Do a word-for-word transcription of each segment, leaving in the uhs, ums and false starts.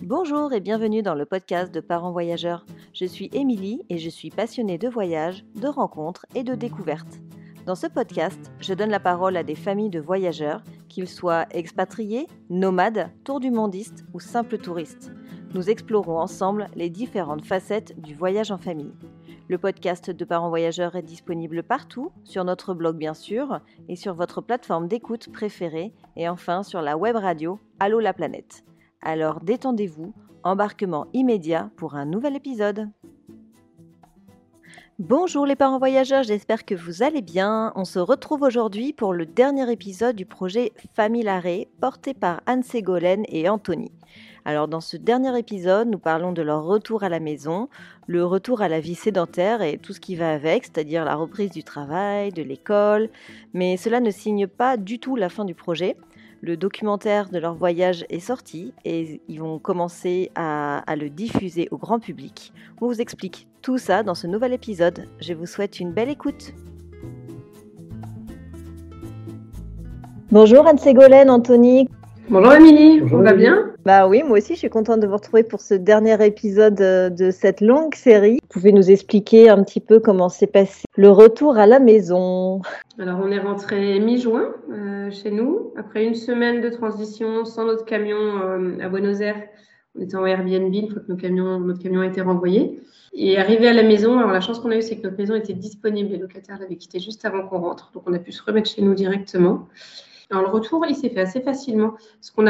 Bonjour et bienvenue dans le podcast de Parents Voyageurs. Je suis Émilie et je suis passionnée de voyages, de rencontres et de découvertes. Dans ce podcast, je donne la parole à des familles de voyageurs, qu'ils soient expatriés, nomades, tour-du-mondistes ou simples touristes. Nous explorons ensemble les différentes facettes du voyage en famille. Le podcast de Parents Voyageurs est disponible partout, sur notre blog bien sûr, et sur votre plateforme d'écoute préférée, et enfin sur la web radio Allô la planète. Alors détendez-vous, embarquement immédiat pour un nouvel épisode. Bonjour les parents voyageurs, j'espère que vous allez bien. On se retrouve aujourd'hui pour le dernier épisode du projet Famille Larrey, porté par Anne Ségolène et Anthony. Alors dans ce dernier épisode, nous parlons de leur retour à la maison, le retour à la vie sédentaire et tout ce qui va avec, c'est-à-dire la reprise du travail, de l'école. Mais cela ne signe pas du tout la fin du projet. Le documentaire de leur voyage est sorti et ils vont commencer à, à le diffuser au grand public. On vous explique tout ça dans ce nouvel épisode. Je vous souhaite une belle écoute. Bonjour Anne Ségolène, Anthony. Bonjour Émilie, on va bien ? Bah oui, moi aussi je suis contente de vous retrouver pour ce dernier épisode de cette longue série. Vous pouvez nous expliquer un petit peu comment s'est passé le retour à la maison ? Alors on est rentré mi-juin euh, chez nous, après une semaine de transition sans notre camion euh, à Buenos Aires. On était en Airbnb une fois que nos camions, notre camion a été renvoyé. Et arrivé à la maison, alors la chance qu'on a eue, c'est que notre maison était disponible. Les locataires l'avaient quittée juste avant qu'on rentre, donc on a pu se remettre chez nous directement. Alors le retour, il s'est fait assez facilement, parce qu'on a...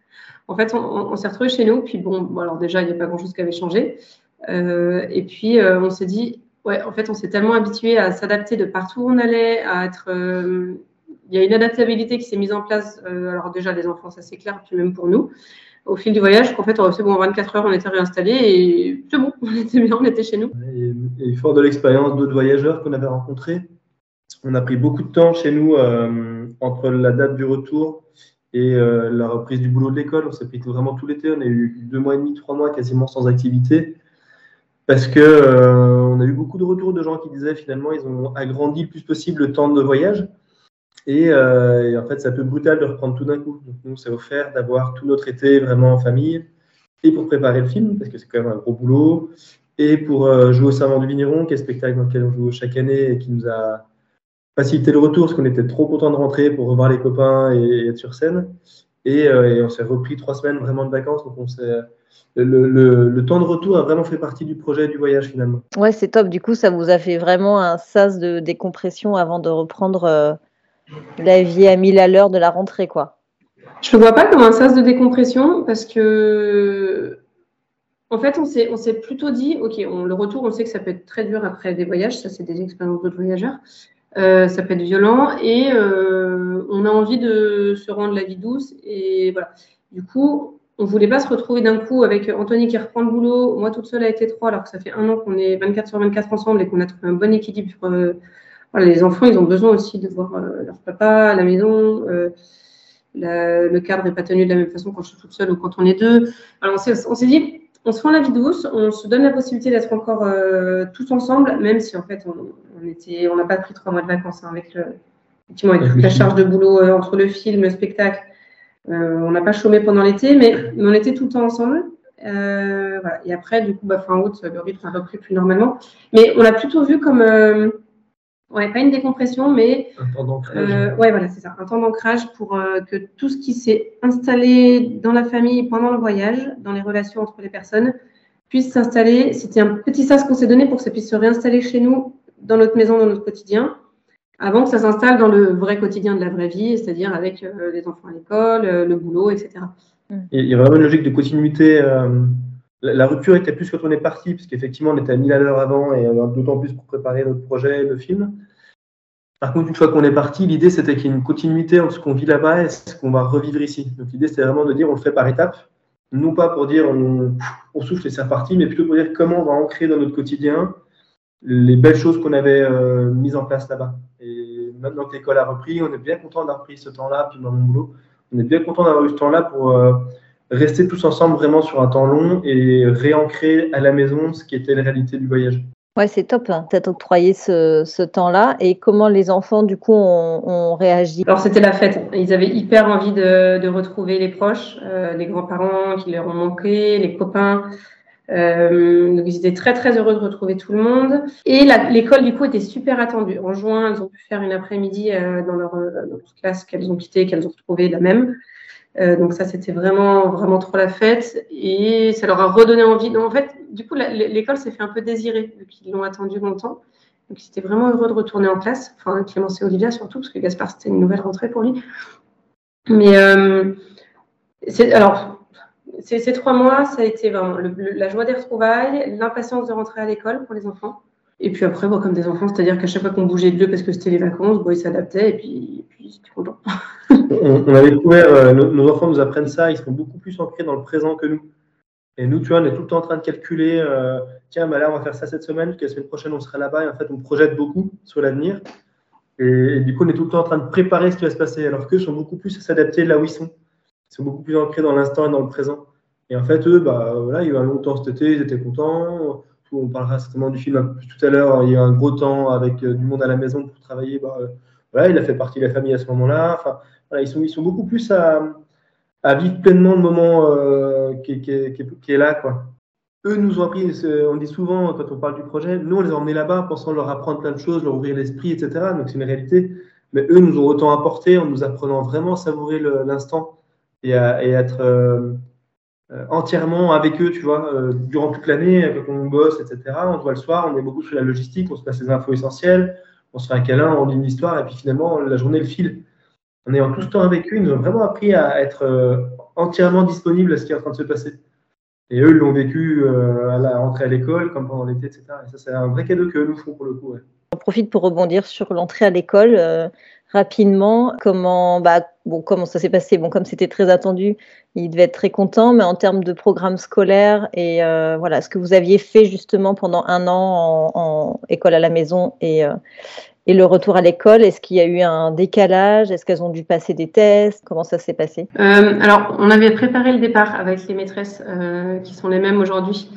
En fait, on, on s'est retrouvés chez nous, puis bon, bon alors déjà, il n'y a pas grand-chose qui avait changé. Euh, et puis, euh, on s'est dit, ouais, en fait, on s'est tellement habitué à s'adapter de partout où on allait, à être... Euh, il y a une adaptabilité qui s'est mise en place, euh, alors déjà, les enfants, ça c'est clair, puis même pour nous, au fil du voyage, qu'en fait, c'est bon, en vingt-quatre heures, on était réinstallés et c'est bon, on était bien, on était chez nous. Et, et fort de l'expérience d'autres voyageurs qu'on avait rencontrés, on a pris beaucoup de temps chez nous euh, entre la date du retour et euh, la reprise du boulot de l'école. On s'est pris vraiment tout l'été. On a eu deux mois et demi, trois mois quasiment sans activité parce que euh, on a eu beaucoup de retours de gens qui disaient finalement ils ont agrandi le plus possible le temps de voyage et, euh, et en fait c'est un peu brutal de reprendre tout d'un coup. Donc nous c'est offert d'avoir tout notre été vraiment en famille et pour préparer le film parce que c'est quand même un gros boulot et pour euh, jouer au Savant du Vigneron qui est le spectacle dans lequel on joue chaque année et qui nous a faciliter le retour parce qu'on était trop content de rentrer pour revoir les copains et être sur scène. Et, euh, et on s'est repris trois semaines vraiment de vacances. Donc on s'est, le, le, le temps de retour a vraiment fait partie du projet du voyage finalement. Ouais, c'est top. Du coup, ça vous a fait vraiment un sas de décompression avant de reprendre euh, la vie à mille à l'heure de la rentrée, quoi. Je ne le vois pas comme un sas de décompression parce que, en fait, on s'est, on s'est plutôt dit, ok, on, le retour, on sait que ça peut être très dur après des voyages. Ça, c'est des expériences d'autres voyageurs. Euh, ça peut être violent et euh, on a envie de se rendre la vie douce et voilà. Du coup, on voulait pas se retrouver d'un coup avec Anthony qui reprend le boulot, moi toute seule avec les trois, alors que ça fait un an qu'on est vingt-quatre sur vingt-quatre ensemble et qu'on a trouvé un bon équilibre. Euh, voilà, les enfants, ils ont besoin aussi de voir euh, leur papa à la maison. Euh, la, le cadre n'est pas tenu de la même façon quand je suis toute seule ou quand on est deux. Alors on s'est, on s'est dit, on se rend la vie douce, on se donne la possibilité d'être encore euh, tous ensemble, même si en fait on, on était, on n'a pas pris trois mois de vacances hein, avec, le, effectivement, avec toute la charge de boulot euh, entre le film, le spectacle. Euh, on n'a pas chômé pendant l'été, mais, mais on était tout le temps ensemble. Euh, voilà. Et après, du coup, bah, fin août, le rythme a repris plus normalement. Mais on l'a plutôt vu comme, euh, ouais, pas une décompression, mais un temps d'ancrage. Euh, ouais, voilà, c'est ça, un temps d'ancrage pour euh, que tout ce qui s'est installé dans la famille pendant le voyage, dans les relations entre les personnes, puisse s'installer. C'était un petit sas qu'on s'est donné pour que ça puisse se réinstaller chez nous, dans notre maison, dans notre quotidien, avant que ça s'installe dans le vrai quotidien de la vraie vie, c'est-à-dire avec euh, les enfants à l'école, euh, le boulot, et cetera. Il y a vraiment une logique de continuité. Euh, la, la rupture était plus quand on est parti, parce qu'effectivement, on était à mille à l'heure avant, et euh, d'autant plus pour préparer notre projet, le film. Par contre, une fois qu'on est parti, l'idée, c'était qu'il y ait une continuité entre ce qu'on vit là-bas et ce qu'on va revivre ici. Donc, l'idée, c'était vraiment de dire, on le fait par étapes. Non pas pour dire, on, on souffle et c'est reparti, mais plutôt pour dire comment on va ancrer dans notre quotidien les belles choses qu'on avait euh, mises en place là-bas. Et maintenant que l'école a repris, on est bien content d'avoir pris ce temps-là, puis dans mon boulot, on est bien content d'avoir eu ce temps-là pour euh, rester tous ensemble vraiment sur un temps long et réancrer à la maison ce qui était la réalité du voyage. Ouais, c'est top, hein, t'as octroyé ce, ce temps-là. Et comment les enfants, du coup, ont, ont réagi? Alors, c'était la fête. Ils avaient hyper envie de, de retrouver les proches, euh, les grands-parents qui leur ont manqué, les copains. Euh, donc, ils étaient très, très heureux de retrouver tout le monde. Et la, l'école, du coup, était super attendue. En juin, elles ont pu faire une après-midi euh, dans, leur, euh, dans leur classe qu'elles ont quittée, qu'elles ont retrouvée la même. Euh, donc ça, c'était vraiment, vraiment trop la fête. Et ça leur a redonné envie. Donc, en fait, du coup, la, l'école s'est fait un peu désirer, vu qu'ils l'ont attendu longtemps. Donc, ils étaient vraiment heureux de retourner en classe. Enfin, Clémence et Olivia surtout, parce que Gaspard, c'était une nouvelle rentrée pour lui. Mais euh, c'est, alors, ces, ces trois mois, ça a été vraiment le, le, la joie des retrouvailles, l'impatience de rentrer à l'école pour les enfants. Et puis après, bon, comme des enfants, c'est-à-dire qu'à chaque fois qu'on bougeait de lieu parce que c'était les vacances, bon, ils s'adaptaient et puis, et puis ils étaient contents. on, on a découvert, euh, nos, nos enfants nous apprennent ça, ils sont beaucoup plus ancrés dans le présent que nous. Et nous, tu vois, on est tout le temps en train de calculer, euh, tiens, bah là, on va faire ça cette semaine, puis la semaine prochaine, on sera là-bas. Et en fait, on projette beaucoup sur l'avenir. Et, et du coup, on est tout le temps en train de préparer ce qui va se passer, alors qu'eux sont beaucoup plus à s'adapter là où ils sont. Ils sont beaucoup plus ancrés dans l'instant et dans le présent. Et en fait, eux, bah, voilà, il y a eu un long temps cet été, ils étaient contents. On parlera certainement du film un peu plus tout à l'heure. Il y a eu un gros temps avec euh, du monde à la maison pour travailler. Bah, euh, voilà, il a fait partie de la famille à ce moment-là. Enfin, voilà, ils sont, ils sont beaucoup plus à, à vivre pleinement le moment euh, qui, qui, qui, qui est là, quoi. Eux nous ont appris, on dit souvent quand on parle du projet, nous on les a emmenés là-bas pensant leur apprendre plein de choses, leur ouvrir l'esprit, et cetera. Donc c'est une réalité. Mais eux nous ont autant apporté en nous apprenant vraiment à savourer le, l'instant et à et être euh, entièrement avec eux, tu vois, euh, durant toute l'année, quand on bosse, et cetera. On se voit le soir, on est beaucoup sur la logistique, on se passe les infos essentielles, on se fait un câlin, on lit une histoire, et puis finalement la journée le file. En ayant tout ce temps avec eux, ils nous ont vraiment appris à être euh, entièrement disponibles à ce qui est en train de se passer. Et eux l'ont vécu euh, à la rentrée à l'école, comme pendant l'été, et cetera. Et ça, c'est un vrai cadeau qu'eux nous font pour le coup. Ouais. On profite pour rebondir sur l'entrée à l'école euh, rapidement. Comment, bah, bon, comment ça s'est passé? Bon, comme c'était très attendu, ils devaient être très contents, mais en termes de programme scolaire et euh, voilà, ce que vous aviez fait justement pendant un an en, en école à la maison et, euh, et le retour à l'école, est-ce qu'il y a eu un décalage? Est-ce qu'elles ont dû passer des tests? Comment ça s'est passé? euh, Alors, on avait préparé le départ avec les maîtresses euh, qui sont les mêmes aujourd'hui.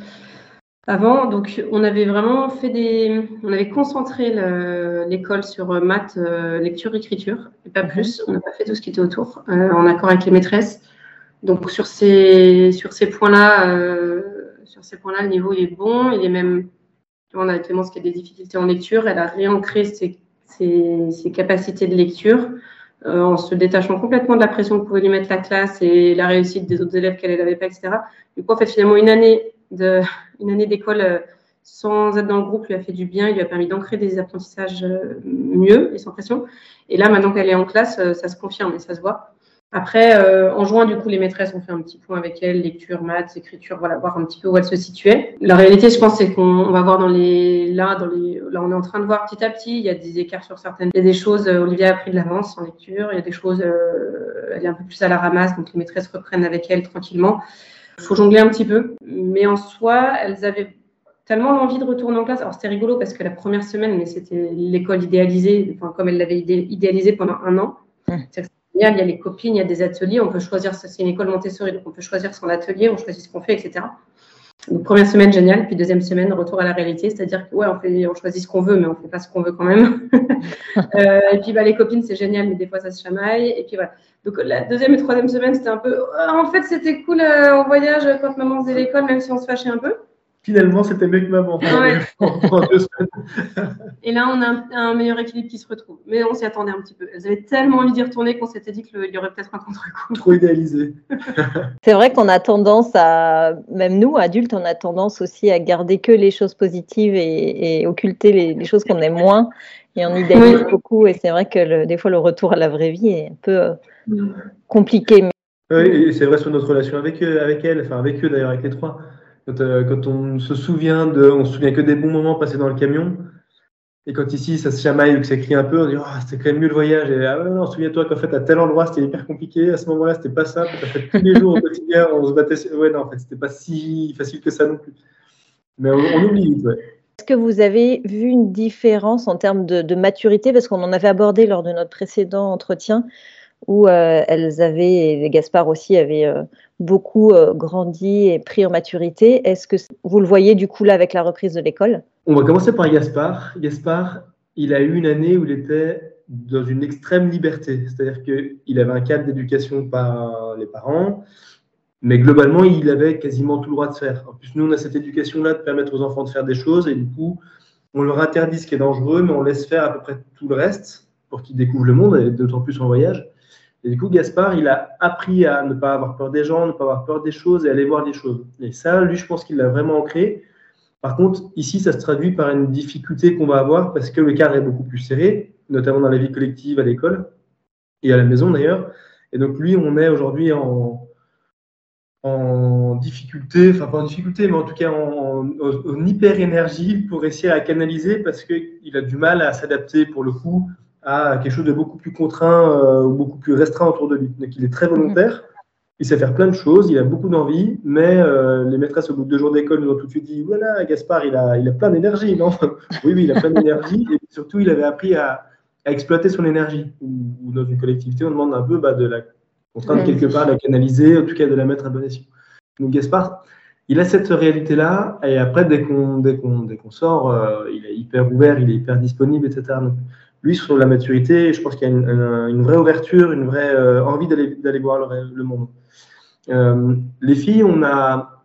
Avant, donc on avait vraiment fait des, on avait concentré le, l'école sur maths, euh, lecture, écriture, et pas plus. On n'a pas fait tout ce qui était autour, euh, en accord avec les maîtresses. Donc sur ces, sur ces points-là, euh, sur ces points-là, le niveau il est bon. Il est même, on a Clémence qui a des difficultés en lecture. Elle a réancré ses, ses, ses capacités de lecture euh, en se détachant complètement de la pression que pouvait lui mettre la classe et la réussite des autres élèves qu'elle n'avait pas, et cetera. Du coup, en fait, finalement, une année de Une année d'école euh, sans être dans le groupe lui a fait du bien, il lui a permis d'ancrer des apprentissages euh, mieux et sans pression. Et là, maintenant qu'elle est en classe, euh, ça se confirme et ça se voit. Après, euh, en juin, du coup, les maîtresses ont fait un petit point avec elle, lecture, maths, écriture, voilà, voir un petit peu où elle se situait. La réalité, je pense, c'est qu'on on va voir dans les, là, dans les, là, on est en train de voir petit à petit, il y a des écarts sur certaines, il y a des choses, euh, Olivia a pris de l'avance en lecture, il y a des choses, euh, elle est un peu plus à la ramasse, donc les maîtresses reprennent avec elle tranquillement. Il faut jongler un petit peu, mais en soi, elles avaient tellement l'envie de retourner en classe. Alors, c'était rigolo parce que la première semaine, mais c'était l'école idéalisée, enfin, comme elle l'avait idéalisée pendant un an. Mmh. C'est il y a les copines, il y a des ateliers, on peut choisir, c'est une école Montessori, donc on peut choisir son atelier, on choisit ce qu'on fait, et cetera. Donc, première semaine, génial, puis deuxième semaine, retour à la réalité, c'est-à-dire que ouais, on, fait, on choisit ce qu'on veut, mais on ne fait pas ce qu'on veut quand même. euh, et puis, bah, les copines, c'est génial, mais des fois, ça se chamaille. Et puis, voilà. Donc, la deuxième et troisième semaine, c'était un peu, oh, en fait, c'était cool euh, en voyage quand maman faisait l'école, même si on se fâchait un peu. Finalement, c'était mieux que maman. Ouais. Et là, on a un, un meilleur équilibre qui se retrouve. Mais on s'y attendait un petit peu. Elles avaient tellement envie d'y retourner qu'on s'était dit qu'il y aurait peut-être un contre-coup. Trop idéalisé. C'est vrai qu'on a tendance à, même nous, adultes, on a tendance aussi à garder que les choses positives et, et occulter les, les choses qu'on aime moins. Et on idéalise oui. beaucoup. Et c'est vrai que le, des fois, le retour à la vraie vie est un peu euh, oui. compliqué. Mais... Oui, et c'est vrai sur notre relation avec eux, avec elle, enfin avec eux d'ailleurs, avec les trois. Quand, euh, quand on se souvient de, on se souvient que des bons moments passés dans le camion, et quand ici ça se chamaille ou que ça crie un peu, on dit oh, c'était quand même mieux le voyage. Et ah ouais, non, souviens-toi qu'en fait à tel endroit c'était hyper compliqué, à ce moment-là c'était pas ça, en fait tous les jours au quotidien on se battait. Ouais, non, en fait c'était pas si facile que ça non plus. Mais on, on oublie vite, ouais. Est-ce que vous avez vu une différence en termes de, de maturité, parce qu'on en avait abordé lors de notre précédent entretien, où euh, elles avaient, et Gaspard aussi avait euh, beaucoup euh, grandi et pris en maturité. Est-ce que vous le voyez du coup là avec la reprise de l'école ? On va commencer par Gaspard. Gaspard, il a eu une année où il était dans une extrême liberté. C'est-à-dire qu'il avait un cadre d'éducation par les parents, mais globalement, il avait quasiment tout le droit de faire. En plus, nous, on a cette éducation-là de permettre aux enfants de faire des choses, et du coup, on leur interdit ce qui est dangereux, mais on laisse faire à peu près tout le reste pour qu'ils découvrent le monde, et d'autant plus en voyage. Et du coup, Gaspard, il a appris à ne pas avoir peur des gens, ne pas avoir peur des choses et aller voir les choses. Et ça, lui, je pense qu'il l'a vraiment ancré. Par contre, ici, ça se traduit par une difficulté qu'on va avoir parce que le cadre est beaucoup plus serré, notamment dans la vie collective, à l'école et à la maison d'ailleurs. Et donc, lui, on est aujourd'hui en, en difficulté, enfin pas en difficulté, mais en tout cas en, en, en hyper-énergie pour réussir à canaliser parce qu'il a du mal à s'adapter pour le coup à quelque chose de beaucoup plus contraint euh, ou beaucoup plus restreint autour de lui. Donc, il est très volontaire. Il sait faire plein de choses, il a beaucoup d'envie, mais euh, les maîtresses au bout de deux jours d'école nous ont tout de suite dit voilà, Gaspard, il a, il a plein d'énergie, non? Oui, oui, il a plein d'énergie, et surtout, il avait appris à, à exploiter son énergie. Ou, ou dans une collectivité, on demande un peu bah, de la contraindre quelque part, de la canaliser, en tout cas de la mettre à bon escient. Donc Gaspard, il a cette réalité-là, et après, dès qu'on dès qu'on, dès qu'on sort, euh, il est hyper ouvert, il est hyper disponible, et cetera. Donc, lui, sur la maturité, je pense qu'il y a une, une, une vraie ouverture, une vraie euh, envie d'aller, d'aller voir le, le monde. Euh, les filles, on a,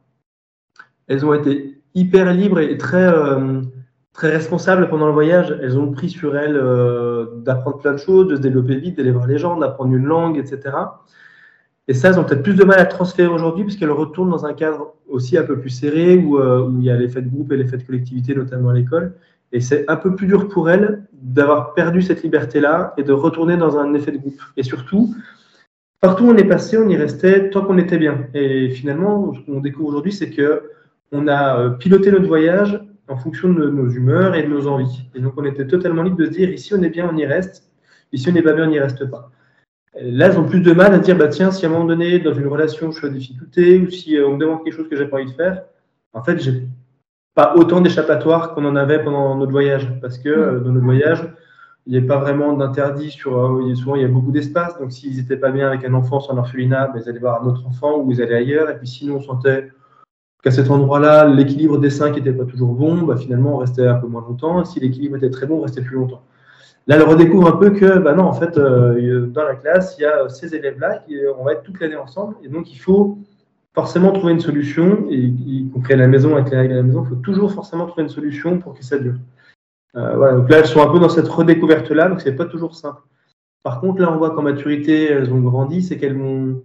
elles ont été hyper libres et très, euh, très responsables pendant le voyage. Elles ont pris sur elles euh, d'apprendre plein de choses, de se développer vite, d'aller voir les gens, d'apprendre une langue, et cetera. Et ça, elles ont peut-être plus de mal à transférer aujourd'hui parce qu'elles retournent dans un cadre aussi un peu plus serré où, euh, où il y a l'effet de groupe et l'effet de collectivité, notamment à l'école. Et c'est un peu plus dur pour elles d'avoir perdu cette liberté-là et de retourner dans un effet de groupe. Et surtout, partout où on est passé, on y restait tant qu'on était bien. Et finalement, ce qu'on découvre aujourd'hui, c'est qu'on a piloté notre voyage en fonction de nos humeurs et de nos envies. Et donc, on était totalement libre de se dire, ici on est bien, on y reste. Ici on n'est pas bien, on n'y reste pas. Et là, elles ont plus de mal à dire, bah, tiens, si à un moment donné, dans une relation, je suis en difficulté, ou si on me demande quelque chose que j'ai pas envie de faire, en fait, j'ai pas autant d'échappatoires qu'on en avait pendant notre voyage. Parce que euh, dans notre voyage, il n'y a pas vraiment d'interdit sur. Euh, souvent, il y a beaucoup d'espace. Donc, s'ils n'étaient pas bien avec un enfant sur un orphelinat, ben, ils allaient voir un autre enfant ou ils allaient ailleurs. Et puis, sinon, on sentait qu'à cet endroit-là, l'équilibre des cinq n'était pas toujours bon. Ben, finalement, on restait un peu moins longtemps. Et si l'équilibre était très bon, on restait plus longtemps. Là, elle redécouvre un peu que, ben non, en fait, euh, dans la classe, il y a ces élèves-là qui on va être toute l'année ensemble. Et donc, il faut forcément trouver une solution, et y compris à la maison, avec les règles à la maison, il faut toujours forcément trouver une solution pour que ça dure. Euh, voilà, donc là, elles sont un peu dans cette redécouverte-là, donc c'est pas toujours simple. Par contre, là, on voit qu'en maturité, elles ont grandi, c'est qu'elles vont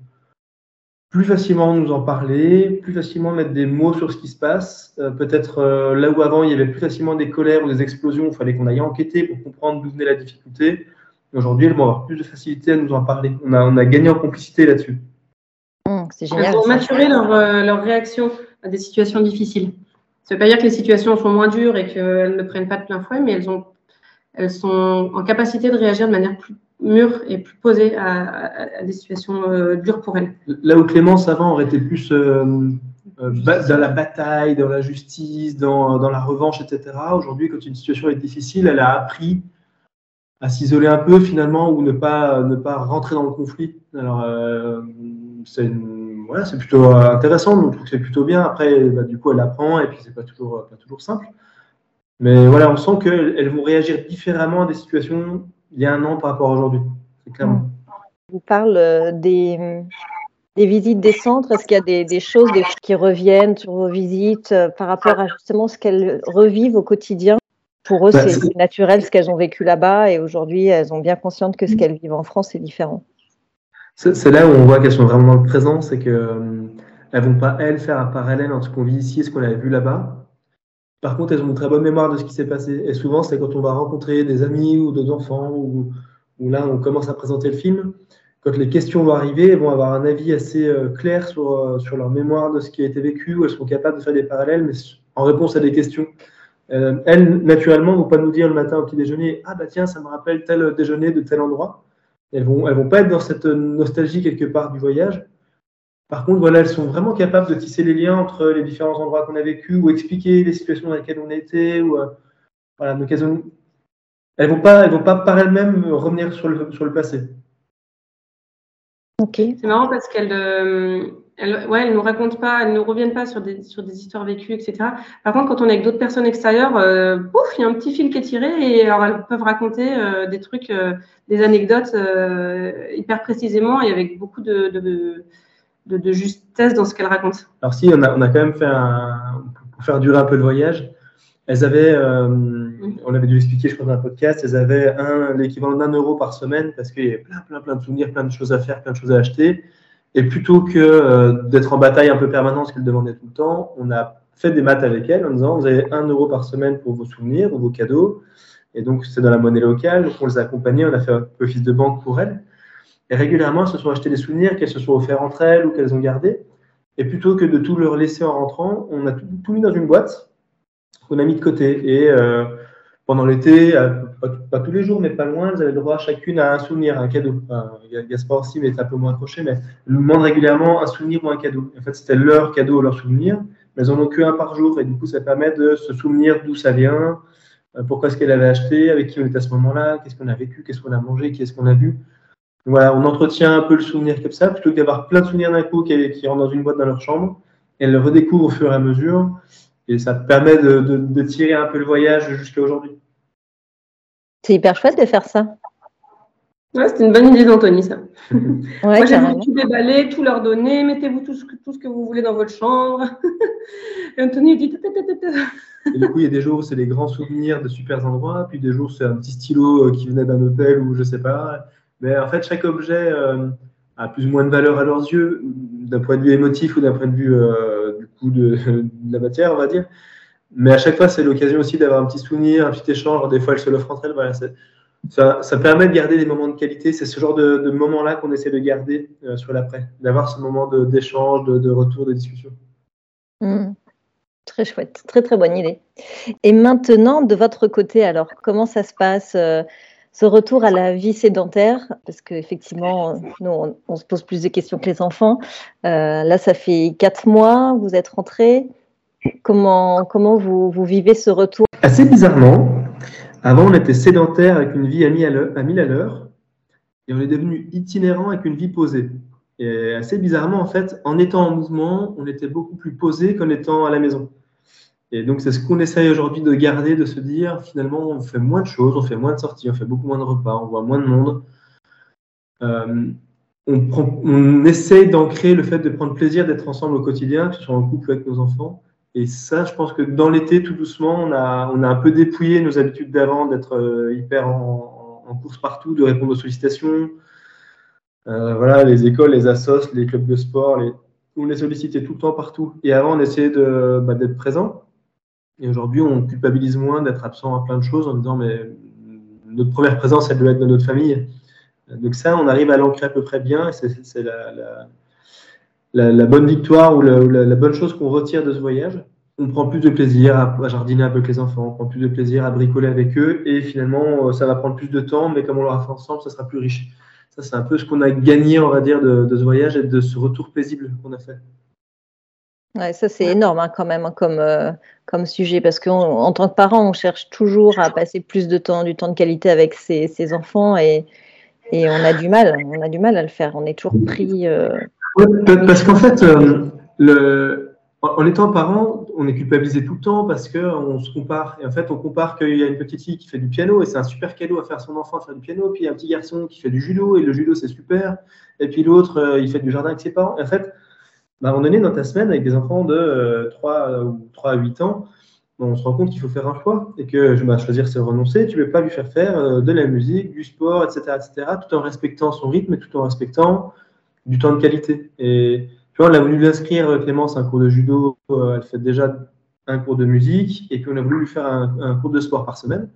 plus facilement nous en parler, plus facilement mettre des mots sur ce qui se passe. Euh, peut-être euh, là où avant, il y avait plus facilement des colères ou des explosions, il fallait qu'on aille enquêter pour comprendre d'où venait la difficulté. Aujourd'hui, elles vont avoir plus de facilité à nous en parler. On a, on a gagné en complicité là-dessus. Mmh, c'est génial. Elles ont maturé leur, euh, leur réaction à des situations difficiles. Ça ne veut pas dire que les situations sont moins dures et qu'elles ne prennent pas de plein fouet, mais elles, ont, elles sont en capacité de réagir de manière plus mûre et plus posée à, à, à des situations euh, dures pour elles. Là où Clémence, avant, aurait été plus euh, euh, dans la bataille, dans la justice, dans, dans la revanche, et cetera. Aujourd'hui, quand une situation est difficile, elle a appris à s'isoler un peu, finalement, ou ne pas, ne pas rentrer dans le conflit. Alors, euh, c'est une, voilà, c'est plutôt intéressant, donc je trouve que c'est plutôt bien. Après, bah, du coup, elle apprend, et puis c'est pas toujours, pas toujours simple. Mais voilà, on sent qu'elles vont réagir différemment à des situations il y a un an par rapport à aujourd'hui. C'est clairement. Vous parlez des, des visites des centres. Est-ce qu'il y a des, des choses des, qui reviennent sur vos visites euh, par rapport à justement ce qu'elles revivent au quotidien? Pour eux, bah, c'est, c'est naturel ce qu'elles ont vécu là-bas, et aujourd'hui, elles ont bien conscience que ce qu'elles vivent en France, c'est différent. C'est, c'est là où on voit qu'elles sont vraiment dans le présent, c'est qu'elles euh, ne vont pas, elles, faire un parallèle entre ce qu'on vit ici et ce qu'on avait vu là-bas. Par contre, elles ont une très bonne mémoire de ce qui s'est passé. Et souvent, c'est quand on va rencontrer des amis ou des enfants, ou, ou là, on commence à présenter le film. Quand les questions vont arriver, elles vont avoir un avis assez euh, clair sur, euh, sur leur mémoire de ce qui a été vécu, où elles sont capables de faire des parallèles, mais en réponse à des questions. Euh, elles, naturellement, ne vont pas nous dire le matin au petit déjeuner « Ah bah tiens, ça me rappelle tel déjeuner de tel endroit ». Elles ne vont, elles vont pas être dans cette nostalgie quelque part du voyage. Par contre, voilà, elles sont vraiment capables de tisser les liens entre les différents endroits qu'on a vécu ou expliquer les situations dans lesquelles on était. Ou, euh, voilà, donc elles ont, elles vont pas, elles vont pas par elles-mêmes revenir sur le, sur le passé. Ok. C'est marrant parce qu'elles, euh, elles, ouais, elles nous racontent pas, elles ne reviennent pas sur des, sur des histoires vécues, et cetera. Par contre, quand on est avec d'autres personnes extérieures, euh, pouf, il y a un petit fil qui est tiré et alors elles peuvent raconter euh, des trucs, euh, des anecdotes euh, hyper précisément et avec beaucoup de, de, de, de justesse dans ce qu'elles racontent. Alors si, on a, on a quand même fait un, pour faire durer un peu le voyage, elles avaient, euh, mmh. on avait dû l'expliquer, je crois, dans un podcast, elles avaient un, l'équivalent d'un euro par semaine parce qu'il y avait plein, plein, plein de souvenirs, plein de choses à faire, plein de choses à acheter. Et plutôt que euh, d'être en bataille un peu permanente, ce qu'elles demandaient tout le temps, on a fait des maths avec elles en disant, vous avez un euro par semaine pour vos souvenirs ou vos cadeaux. Et donc, c'est dans la monnaie locale. Donc, on les a accompagnées, on a fait un peu office de banque pour elles. Et régulièrement, elles se sont achetées des souvenirs qu'elles se sont offerts entre elles ou qu'elles ont gardés. Et plutôt que de tout leur laisser en rentrant, on a tout, tout mis dans une boîte qu'on a mis de côté. Et euh, pendant l'été, pas, pas tous les jours, mais pas loin, elles avaient le droit chacune à un souvenir, à un cadeau. Enfin, Gaspard aussi, mais était un peu moins accroché, mais elles nous demandent régulièrement un souvenir ou un cadeau. En fait, c'était leur cadeau, leur souvenir, mais elles n'en ont qu'un par jour. Et du coup, ça permet de se souvenir d'où ça vient, pourquoi est-ce qu'elle avait acheté, avec qui on était à ce moment-là, qu'est-ce qu'on a vécu, qu'est-ce qu'on a mangé, qui est-ce qu'on a vu. Donc, voilà, on entretient un peu le souvenir comme ça, plutôt que d'avoir plein de souvenirs d'un coup qui, qui rentrent dans une boîte dans leur chambre. Elles le redécouvrent au fur et à mesure. Et ça permet de, de, de tirer un peu le voyage jusqu'à aujourd'hui. C'est hyper chouette de faire ça. Ouais, c'est une bonne idée d'Anthony, ça. Ouais, Moi, j'ai voulu tout déballer, tout leur donner, mettez-vous tout ce, que, tout ce que vous voulez dans votre chambre. Et Anthony dit... Et du coup, il y a des jours où c'est des grands souvenirs de super endroits, puis des jours où c'est un petit stylo qui venait d'un hôtel ou je sais pas. Mais en fait, chaque objet euh, a plus ou moins de valeur à leurs yeux, d'un point de vue émotif ou d'un point de vue euh, du coup de, de la matière, on va dire. Mais à chaque fois, c'est l'occasion aussi d'avoir un petit souvenir, un petit échange. Des fois, elles se l'offrent entre elles. Voilà, ça, ça permet de garder des moments de qualité. C'est ce genre de, de moments-là qu'on essaie de garder euh, sur l'après, d'avoir ce moment de, d'échange, de, de retour, de discussion. Mmh. Très chouette, très très bonne idée. Et maintenant, de votre côté, alors, comment ça se passe euh, ce retour à la vie sédentaire? Parce qu'effectivement, nous, on, on se pose plus de questions que les enfants. Euh, là, ça fait quatre mois, vous êtes rentrés. Comment, comment vous, vous vivez ce retour? Assez bizarrement, avant, on était sédentaire avec une vie à mille à l'heure et on est devenu itinérant avec une vie posée. Et assez bizarrement, en fait, en étant en mouvement, on était beaucoup plus posé qu'en étant à la maison. Et donc, c'est ce qu'on essaye aujourd'hui de garder, de se dire, finalement, on fait moins de choses, on fait moins de sorties, on fait beaucoup moins de repas, on voit moins de monde. Euh, on, prend, on essaye d'ancrer le fait de prendre plaisir d'être ensemble au quotidien, que ce soit en couple avec nos enfants. Et ça, je pense que dans l'été, tout doucement, on a, on a un peu dépouillé nos habitudes d'avant, d'être hyper en, en course partout, de répondre aux sollicitations. Euh, voilà, les écoles, les assos, les clubs de sport, les... on les sollicitait tout le temps partout. Et avant, on essayait de, bah, d'être présent. Et aujourd'hui, on culpabilise moins d'être absent à plein de choses en disant mais notre première présence, elle doit être dans notre famille. Donc ça, on arrive à l'ancrer à peu près bien. Et c'est, c'est la, la, la, la bonne victoire ou la, la, la bonne chose qu'on retire de ce voyage. On prend plus de plaisir à, à jardiner avec les enfants, on prend plus de plaisir à bricoler avec eux. Et finalement, ça va prendre plus de temps, mais comme on l'aura fait ensemble, ça sera plus riche. Ça, c'est un peu ce qu'on a gagné, on va dire, de, de ce voyage et de ce retour paisible qu'on a fait. Ouais, ça, c'est énorme hein, quand même hein, comme, euh, comme sujet parce qu'en tant que parent, on cherche toujours à passer plus de temps, du temps de qualité avec ses, ses enfants et, et on a du mal, on a du mal à le faire. On est toujours pris. Euh... Ouais, parce qu'en fait, euh, le, en étant parent, on est culpabilisé tout le temps parce qu'on se compare. Et en fait, on compare qu'il y a une petite fille qui fait du piano et c'est un super cadeau à faire à son enfant de faire du piano. Puis il y a un petit garçon qui fait du judo et le judo, c'est super. Et puis l'autre, euh, il fait du jardin avec ses parents. Et en fait, à un moment donné, dans ta semaine, avec des enfants de euh, trois ou trois à huit ans, on se rend compte qu'il faut faire un choix et que je vais choisir, c'est renoncer. Tu ne peux pas lui faire faire euh, de la musique, du sport, et cetera, et cetera, tout en respectant son rythme et tout en respectant du temps de qualité. Et tu vois, on a voulu lui inscrire, Clémence, un cours de judo. Euh, elle fait déjà un cours de musique et puis on a voulu lui faire un, un cours de sport par semaine.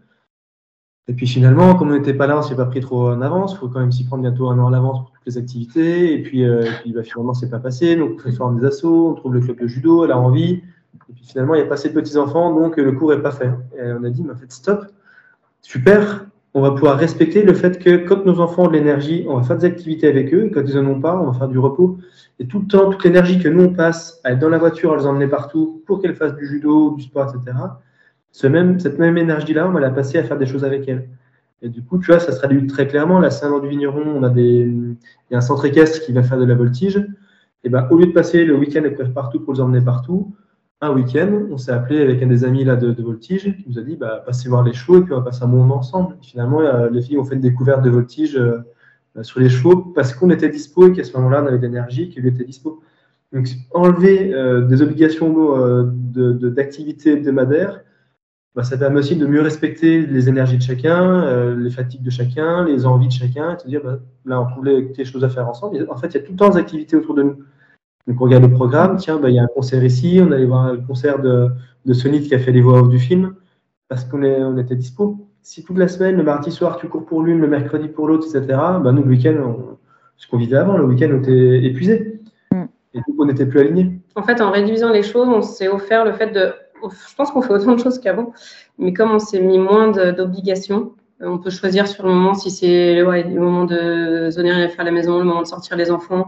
Et puis finalement, comme on n'était pas là, on ne s'est pas pris trop en avance. Il faut quand même s'y prendre bientôt un an à l'avance pour toutes les activités. Et puis, euh, et puis bah, finalement, ce n'est pas passé. Donc, on forme des assos, on trouve le club de judo, elle a envie. Et puis finalement, il n'y a pas assez de petits-enfants, donc le cours n'est pas fait. Et on a dit, mais en fait, stop, super, on va pouvoir respecter le fait que quand nos enfants ont de l'énergie, on va faire des activités avec eux. Et quand ils n'en ont pas, on va faire du repos. Et tout le temps, toute l'énergie que nous, on passe à être dans la voiture, à les emmener partout pour qu'elles fassent du judo, du sport, et cetera, Ce même, cette même énergie-là, on va la passer à faire des choses avec elle. Et du coup, tu vois, ça se traduit très clairement. Là, c'est un an du vigneron, on a des, il y a un centre équestre qui va faire de la voltige. Et ben, au lieu de passer le week-end à courir partout pour les emmener partout, un week-end, on s'est appelé avec un des amis là, de, de voltige qui nous a dit bah, passez voir les chevaux et puis on va passer un bon moment ensemble. Et finalement, euh, les filles ont fait une découverte de voltige euh, sur les chevaux parce qu'on était dispo et qu'à ce moment-là, on avait de l'énergie qui lui était dispo. Donc, enlever euh, des obligations euh, de, de, d'activité hebdomadaire, bah, ça permet aussi de mieux respecter les énergies de chacun, euh, les fatigues de chacun, les envies de chacun, et de se dire, bah, là, on trouve des choses à faire ensemble. Et en fait, il y a tout le temps des activités autour de nous. Donc, on regarde le programme, tiens, bah, il y a un concert ici, on allait voir le concert de, de Sonic qui a fait les voix off du film, parce qu'on est, on était dispo. Si toute la semaine, le mardi soir, tu cours pour l'une, le mercredi pour l'autre, et cetera, bah, nous, le week-end, on, ce qu'on vivait avant, le week-end, on était épuisé. Et donc, on n'était plus alignés. En fait, en réduisant les choses, on s'est offert le fait de... Je pense qu'on fait autant de choses qu'avant, mais comme on s'est mis moins d'obligations, on peut choisir sur le moment si c'est ouais, le moment de donner rien à faire à la maison, le moment de sortir les enfants.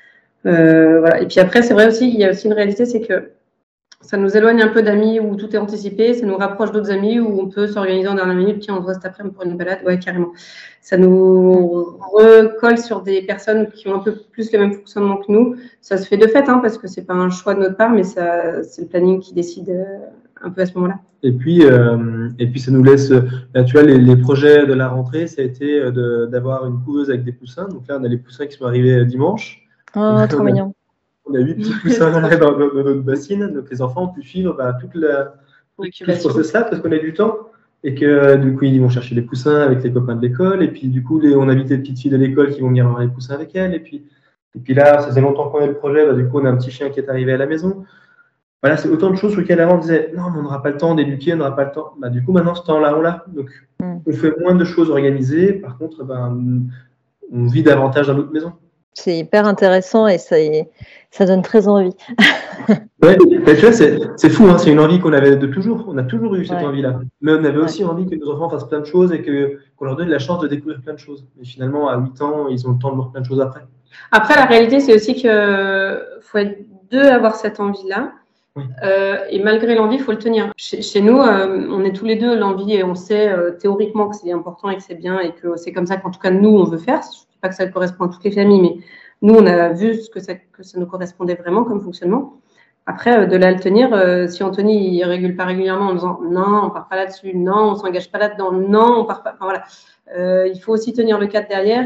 Euh, voilà. Et puis après, c'est vrai aussi, il y a aussi une réalité, c'est que ça nous éloigne un peu d'amis où tout est anticipé, ça nous rapproche d'autres amis où on peut s'organiser en dernière minute, tiens, on se voit cet après-midi pour une balade, ouais, carrément. Ça nous recolle sur des personnes qui ont un peu plus le même fonctionnement que nous. Ça se fait de fait, hein, parce que c'est pas un choix de notre part, mais ça, c'est le planning qui décide euh, un peu à ce moment-là. Et puis, euh, et puis ça nous laisse, là, tu vois, les, les projets de la rentrée, ça a été de, d'avoir une couveuse avec des poussins. Donc là, on a les poussins qui sont arrivés dimanche. Oh, trop mignon. On a huit petits poussins dans, dans, dans notre bassine, donc les enfants ont pu suivre bah, toute la, tout ce process-là parce qu'on a du temps et que du coup ils vont chercher les poussins avec les copains de l'école et puis du coup les, on invite les petites filles de l'école qui vont venir voir les poussins avec elles et puis, et puis là ça faisait longtemps qu'on a le projet, bah, du coup on a un petit chien qui est arrivé à la maison. Voilà, c'est autant de choses sur lesquelles avant on disait non mais on n'aura pas le temps d'éduquer, on n'aura pas le temps. Bah, du coup maintenant ce temps-là on l'a, donc mm. on fait moins de choses organisées, par contre bah, on vit davantage dans notre maison. C'est hyper intéressant et ça, ça donne très envie. Ouais, mais tu vois, c'est, c'est fou, hein, c'est une envie qu'on avait de toujours. On a toujours eu cette ouais. envie-là. Mais on avait ouais. aussi envie que nos enfants fassent plein de choses et que, qu'on leur donne la chance de découvrir plein de choses. Mais finalement, à huit ans, ils ont le temps de voir plein de choses après. Après, la réalité, c'est aussi qu'il faut être deux à avoir cette envie-là. Oui. Euh, et malgré l'envie, il faut le tenir. Chez, chez nous, euh, on est tous les deux l'envie et on sait euh, théoriquement que c'est important et que c'est bien et que c'est comme ça qu'en tout cas, nous, on veut faire. Je ne dis pas que ça correspond à toutes les familles, mais nous, on a vu ce que ça, que ça nous correspondait vraiment comme fonctionnement. Après, euh, de là à le tenir, euh, si Anthony ne régule pas régulièrement en disant non, on ne part pas là-dessus, non, on ne s'engage pas là-dedans, non, on ne part pas. Enfin, voilà. Euh, il faut aussi tenir le cadre derrière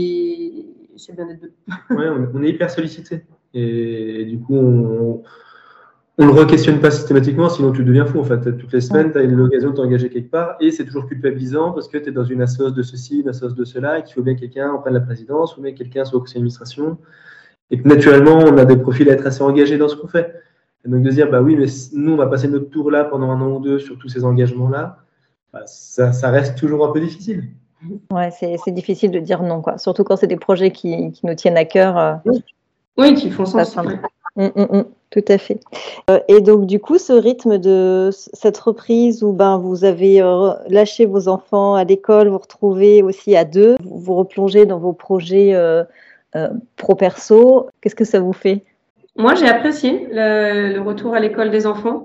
et c'est bien d'être deux. Oui, on, on est hyper sollicité. Et, et du coup, on ne le re-questionne pas systématiquement, sinon tu deviens fou. En fait. Toutes les semaines, tu as l'occasion de t'engager quelque part et c'est toujours culpabilisant parce que tu es dans une assoce de ceci, une assoce de cela et qu'il faut bien que quelqu'un prenne la présidence ou bien que quelqu'un soit au conseil d'administration. Et que naturellement, on a des profils à être assez engagés dans ce qu'on fait. Et donc de se dire, bah oui, mais nous, on va passer notre tour là pendant un an ou deux sur tous ces engagements-là, bah, ça, ça reste toujours un peu difficile. Ouais, c'est, c'est difficile de dire non, quoi. Surtout quand c'est des projets qui, qui nous tiennent à cœur. Euh, oui. oui, qui font sens. Hum, hum, hum, tout à fait. Euh, et donc, du coup, ce rythme de cette reprise où ben, vous avez euh, lâché vos enfants à l'école, vous retrouvez aussi à deux, vous, vous replongez dans vos projets euh, euh, pro-perso, qu'est-ce que ça vous fait ? Moi, j'ai apprécié le, le retour à l'école des enfants,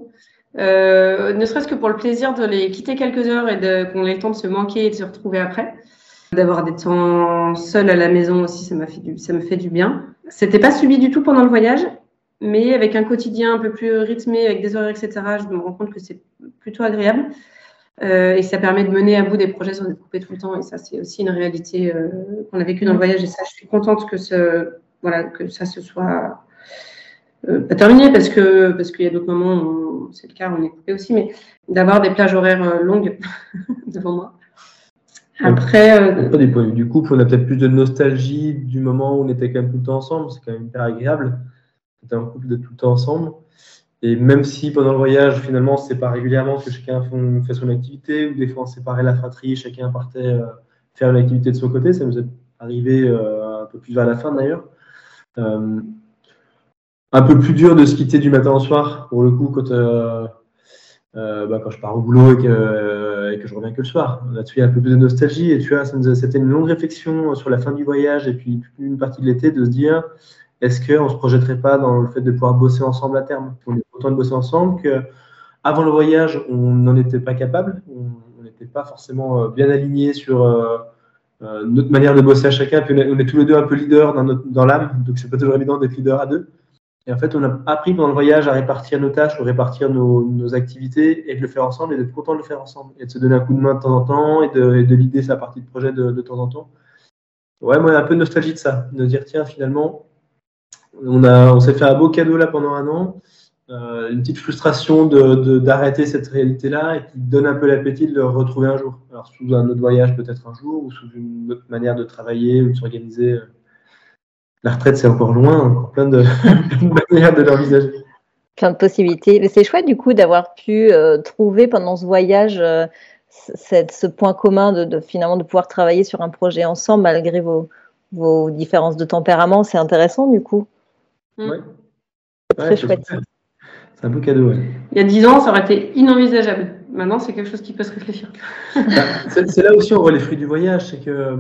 euh, ne serait-ce que pour le plaisir de les quitter quelques heures et de, qu'on ait le temps de se manquer et de se retrouver après. D'avoir des temps seuls à la maison aussi, ça m'a fait du, ça me fait du bien. C'était pas subi du tout pendant le voyage, mais avec un quotidien un peu plus rythmé, avec des horaires, et cetera, je me rends compte que c'est plutôt agréable. Euh, et ça permet de mener à bout des projets sans être coupé tout le temps. Et ça, c'est aussi une réalité euh, qu'on a vécue dans le voyage. Et ça, je suis contente que, ce, voilà, que ça se soit euh, pas terminé parce que parce qu'il y a d'autres moments où c'est le cas, on est coupé aussi, mais d'avoir des plages horaires euh, longues devant moi. Après, euh... du point de vue du couple, on a peut-être plus de nostalgie du moment où on était quand même tout le temps ensemble. C'est quand même hyper agréable. On était en couple de tout le temps ensemble. Et même si pendant le voyage, finalement, on ne se sépare régulièrement parce que chacun fait son activité, ou des fois on séparait la fratrie, chacun partait euh, faire une activité de son côté, ça nous est arrivé euh, un peu plus vers la fin d'ailleurs. Euh, un peu plus dur de se quitter du matin au soir, pour le coup, quand, euh, euh, bah, quand je pars au boulot et que, euh, et que je reviens que le soir. Là-dessus, il y a un peu plus de nostalgie. Et tu vois, ça nous a, c'était une longue réflexion sur la fin du voyage et puis une partie de l'été de se dire est-ce qu'on ne se projetterait pas dans le fait de pouvoir bosser ensemble à terme ? On est content de bosser ensemble qu'avant le voyage, on n'en était pas capable. On n'était pas forcément bien alignés sur, euh, euh, notre manière de bosser à chacun. Puis on est, on est tous les deux un peu leaders dans, notre, dans l'âme, donc c'est pas toujours évident d'être leader à deux. Et en fait, on a appris pendant le voyage à répartir nos tâches, à répartir nos, nos activités et de le faire ensemble et d'être content de le faire ensemble. Et de se donner un coup de main de temps en temps et de, et de l'idée sa partie de projet de, de temps en temps. Ouais, moi, j'ai un peu de nostalgie de ça, de dire tiens, finalement, on, a, on s'est fait un beau cadeau là pendant un an, euh, une petite frustration de, de, d'arrêter cette réalité-là et qui donne un peu l'appétit de le retrouver un jour. Alors, sous un autre voyage, peut-être un jour, ou sous une autre manière de travailler ou de s'organiser. La retraite, c'est encore loin, encore plein de, de manières de l'envisager. Plein de possibilités. Mais c'est chouette, du coup, d'avoir pu euh, trouver pendant ce voyage euh, cette, ce point commun de, de finalement de pouvoir travailler sur un projet ensemble malgré vos, vos différences de tempérament. C'est intéressant, du coup. Mmh. Ouais. C'est très ouais, chouette. C'est, c'est un beau cadeau. Ouais. Il y a dix ans, ça aurait été inenvisageable. Maintenant, c'est quelque chose qui peut se réfléchir. c'est, c'est là aussi on voit les fruits du voyage. C'est que euh,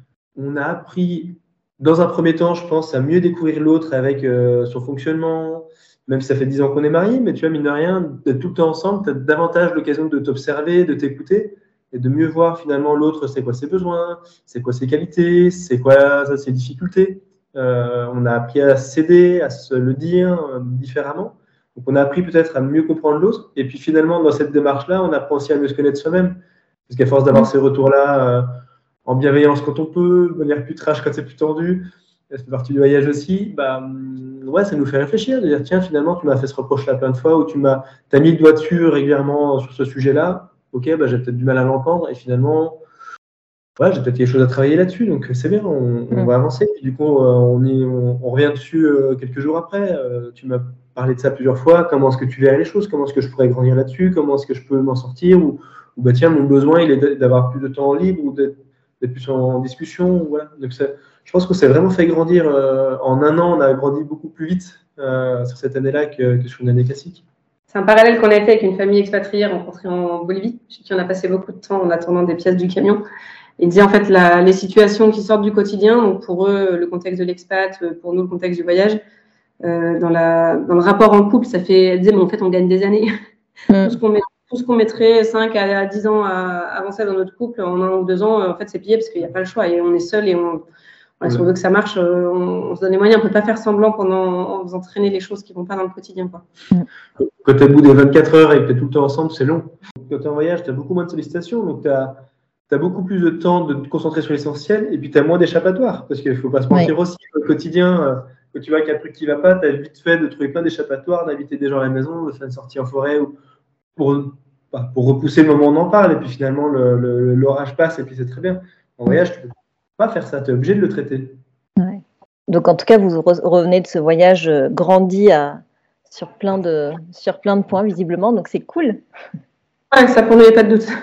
on a appris, dans un premier temps, je pense, à mieux découvrir l'autre avec euh, son fonctionnement. Même si ça fait dix ans qu'on est mariés, mais tu vois, mine de rien, d'être tout le temps ensemble, tu as davantage l'occasion de t'observer, de t'écouter et de mieux voir finalement l'autre, c'est quoi ses besoins, c'est quoi ses qualités, c'est quoi ça, ses difficultés. Euh, on a appris à s'aider, à se le dire euh, différemment. Donc, on a appris peut-être à mieux comprendre l'autre. Et puis finalement, dans cette démarche-là, on apprend aussi à mieux se connaître soi-même. Parce qu'à force d'avoir mmh. ces retours-là euh, en bienveillance quand on peut, de manière plus trash quand c'est plus tendu, ça fait partie du voyage aussi, bah, ouais, ça nous fait réfléchir, de dire tiens, finalement, tu m'as fait ce reproche-là plein de fois, ou tu m'as t'as mis le doigt dessus régulièrement sur ce sujet-là, ok, bah, j'ai peut-être du mal à l'entendre, et finalement, ouais, j'ai peut-être quelque chose à travailler là-dessus, donc c'est bien, on, on mmh. va avancer, puis du coup, on, y, on, on revient dessus euh, quelques jours après, euh, tu m'as parlé de ça plusieurs fois, comment est-ce que tu verrais les choses, comment est-ce que je pourrais grandir là-dessus, comment est-ce que je peux m'en sortir, ou, ou bah tiens, mon besoin, il est d'avoir plus de temps libre, ou d'être, d'être plus en discussion, voilà, donc c'est je pense qu'on s'est vraiment fait grandir. Euh, en un an, on a grandi beaucoup plus vite euh, sur cette année-là que, que sur une année classique. C'est un parallèle qu'on a fait avec une famille expatriée rencontrée en Bolivie, chez qui on a passé beaucoup de temps en attendant des pièces du camion. Ils disaient en fait la, les situations qui sortent du quotidien, donc pour eux, le contexte de l'expat, pour nous, le contexte du voyage, euh, dans, la, dans le rapport en couple, ça fait, ils disaient, mais en fait, on gagne des années. Mm. tout, ce qu'on met, tout ce qu'on mettrait cinq à dix ans à avancer dans notre couple, en un ou deux ans, en fait, c'est plié parce qu'il n'y a pas le choix et on est seul et on. Ouais, si on veut que ça marche, on, on se donne les moyens. On ne peut pas faire semblant pendant, en faisant traîner les choses qui ne vont pas dans le quotidien. Quoi. Quand tu es au bout des vingt-quatre heures et que tu es tout le temps ensemble, c'est long. Quand tu es en voyage, tu as beaucoup moins de sollicitations. Donc, tu as, as beaucoup plus de temps de te concentrer sur l'essentiel. Et puis, tu as moins d'échappatoires. Parce qu'il ne faut pas se mentir oui. aussi. Au quotidien, quand tu vois qu'il y a un truc qui ne va pas, tu as vite fait de trouver plein d'échappatoires, d'inviter des gens à la maison, de faire une sortie en forêt ou pour, pour repousser le moment où on en parle. Et puis, finalement, le, le, l'orage passe et puis c'est très bien. En voyage, tu peux pas faire ça, tu es obligé de le traiter. Ouais. Donc en tout cas, vous re- revenez de ce voyage euh, grandi à, sur, plein de, sur plein de points visiblement, donc c'est cool. Ouais, ça pour nous, il n'y a pas de doute. Ça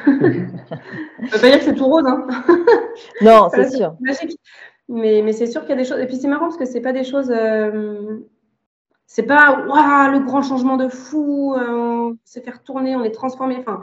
ne veut pas dire que c'est tout rose. Hein. Non, c'est sûr. Magique. Mais, mais c'est sûr qu'il y a des choses. Et puis c'est marrant parce que ce n'est pas des choses. Euh... C'est pas waouh, le grand changement de fou, euh, on s'est fait retourner, on est transformé. Enfin,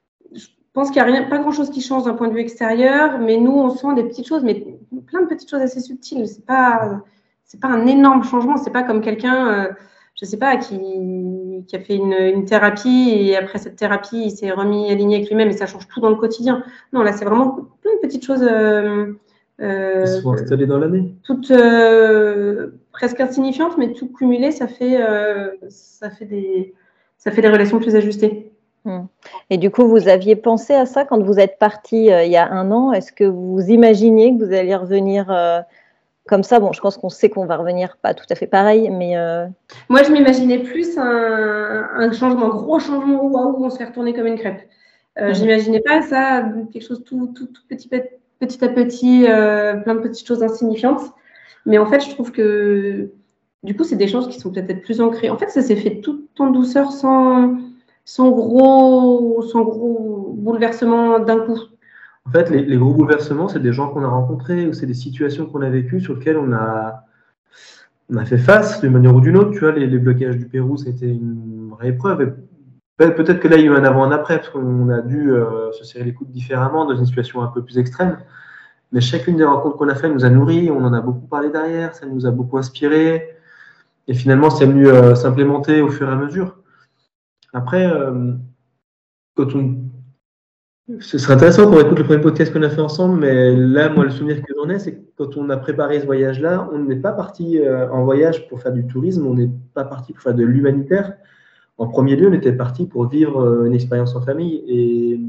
je pense qu'il n'y a rien, pas grand-chose qui change d'un point de vue extérieur, mais nous, on sent des petites choses, mais plein de petites choses assez subtiles. C'est pas, c'est pas un énorme changement. C'est pas comme quelqu'un, euh, je sais pas, qui, qui a fait une, une thérapie et après cette thérapie, il s'est remis aligné avec lui-même et ça change tout dans le quotidien. Non, là, c'est vraiment plein de petites choses. Euh, euh, Ils sont installées dans l'année. Toutes euh, presque insignifiantes, mais tout cumulé, ça fait, euh, ça fait des, ça fait des relations plus ajustées. Et du coup, vous aviez pensé à ça quand vous êtes parti euh, il y a un an? Est-ce que vous imaginiez que vous alliez revenir euh, comme ça? Bon, je pense qu'on sait qu'on va revenir pas tout à fait pareil, mais… Euh... Moi, je m'imaginais plus un, un changement, un gros changement où, où on se fait retourner comme une crêpe. Euh, mmh. J'imaginais pas ça, quelque chose tout, tout, tout petit, petit à petit, euh, plein de petites choses insignifiantes. Mais en fait, je trouve que du coup, c'est des choses qui sont peut-être plus ancrées. En fait, ça s'est fait tout en douceur, sans… Sans gros, sans gros bouleversement d'un coup. En fait, les, les gros bouleversements, c'est des gens qu'on a rencontrés ou c'est des situations qu'on a vécues sur lesquelles on a, on a fait face d'une manière ou d'une autre. Tu vois, les, les blocages du Pérou, c'était une vraie épreuve. Et peut-être que là, il y a eu un avant, un après, parce qu'on a dû euh, se serrer les coudes différemment dans une situation un peu plus extrême. Mais chacune des rencontres qu'on a faites nous a nourris, on en a beaucoup parlé derrière, ça nous a beaucoup inspiré. Et finalement, c'est venu euh, s'implémenter au fur et à mesure. Après, euh, quand on, Ce serait intéressant qu'on écoute le premier podcast qu'on a fait ensemble, mais là, moi, le souvenir que j'en ai, c'est que quand on a préparé ce voyage-là, on n'est pas parti euh, en voyage pour faire du tourisme, on n'est pas parti pour faire de l'humanitaire. En premier lieu, on était parti pour vivre euh, une expérience en famille et,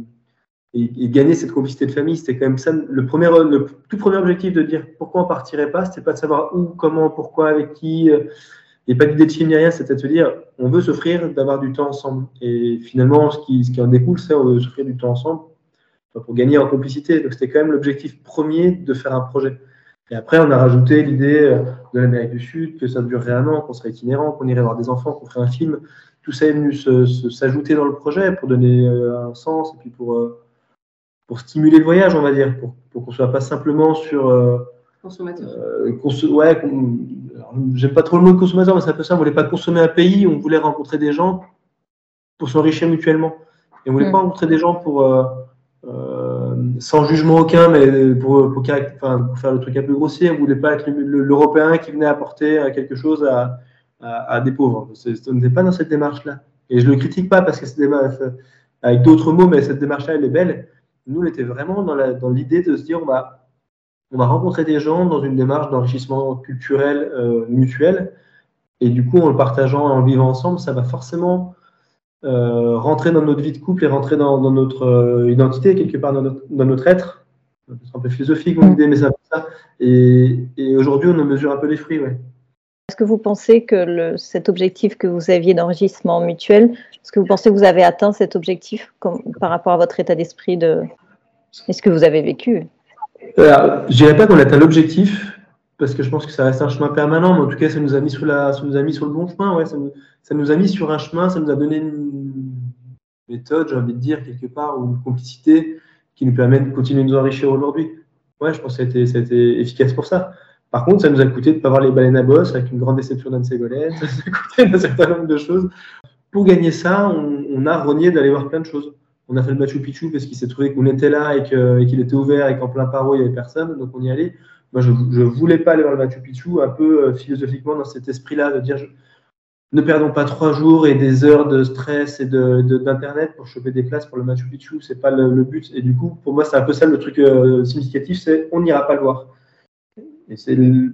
et, et gagner cette complicité de famille. C'était quand même ça, le, premier, le tout premier objectif de dire pourquoi on ne partirait pas, c'était pas de savoir où, comment, pourquoi, avec qui. Euh, Il n'y a pas d'idée de film ni rien, c'était de se dire on veut s'offrir d'avoir du temps ensemble. Et finalement, ce qui, ce qui en découle, c'est on veut s'offrir du temps ensemble pour gagner en complicité. Donc c'était quand même l'objectif premier de faire un projet. Et après, on a rajouté l'idée de l'Amérique du Sud, que ça durerait un an, qu'on serait itinérant, qu'on irait voir des enfants, qu'on ferait un film. Tout ça est venu se, se, s'ajouter dans le projet pour donner un sens et puis pour, pour stimuler le voyage, on va dire, pour, pour qu'on ne soit pas simplement sur… Euh, consommateur. Euh, cons- ouais, alors, j'aime pas trop le mot de consommateur, mais c'est un peu ça. On voulait pas consommer un pays, on voulait rencontrer des gens pour s'enrichir mutuellement. Et on voulait mmh. pas rencontrer des gens pour euh, euh, sans jugement aucun, mais pour, pour, enfin, pour faire le truc un peu grossier. On voulait pas être le, le, l'Européen qui venait apporter quelque chose à, à, à des pauvres. C'est, on n'était pas dans cette démarche-là. Et je le critique pas parce que c'est avec d'autres mots, mais cette démarche-là, elle est belle. Nous, on était vraiment dans, la, dans l'idée de se dire, on va On va rencontrer des gens dans une démarche d'enrichissement culturel euh, mutuel. Et du coup, en le partageant et en le vivant ensemble, ça va forcément euh, rentrer dans notre vie de couple et rentrer dans, dans notre euh, identité, quelque part dans notre, dans notre être. C'est un peu philosophique, mon idée, mais c'est un peu ça. Et, et aujourd'hui, on en mesure un peu les fruits. Ouais. Est-ce que vous pensez que le, cet objectif que vous aviez d'enrichissement mutuel, est-ce que vous pensez que vous avez atteint cet objectif comme, par rapport à votre état d'esprit de, est-ce que vous avez vécu? Alors, je dirais pas qu'on atteint l'objectif, parce que je pense que ça reste un chemin permanent, mais en tout cas, ça nous a mis sur, la, ça nous a mis sur le bon chemin. Ouais, ça, nous, ça nous a mis sur un chemin, ça nous a donné une méthode, j'ai envie de dire, quelque part, ou une complicité qui nous permet de continuer de nous enrichir aujourd'hui. Ouais, je pense que ça a été, ça a été efficace pour ça. Par contre, ça nous a coûté de ne pas voir les baleines à bosse, avec une grande déception d'Anne Ségolène, ça nous a coûté un certain nombre de choses. Pour gagner ça, on, on a renié d'aller voir plein de choses. On a fait le Machu Picchu parce qu'il s'est trouvé qu'on était là et, que, et qu'il était ouvert et qu'en plein paro, il n'y avait personne, donc on y allait. Moi, je ne voulais pas aller voir le Machu Picchu, un peu euh, philosophiquement dans cet esprit-là, de dire je, ne perdons pas trois jours et des heures de stress et de, de, d'Internet pour choper des places pour le Machu Picchu, ce n'est pas le, le but. Et du coup, pour moi, c'est un peu ça le truc euh, significatif, c'est on n'ira pas le voir. Et c'est le,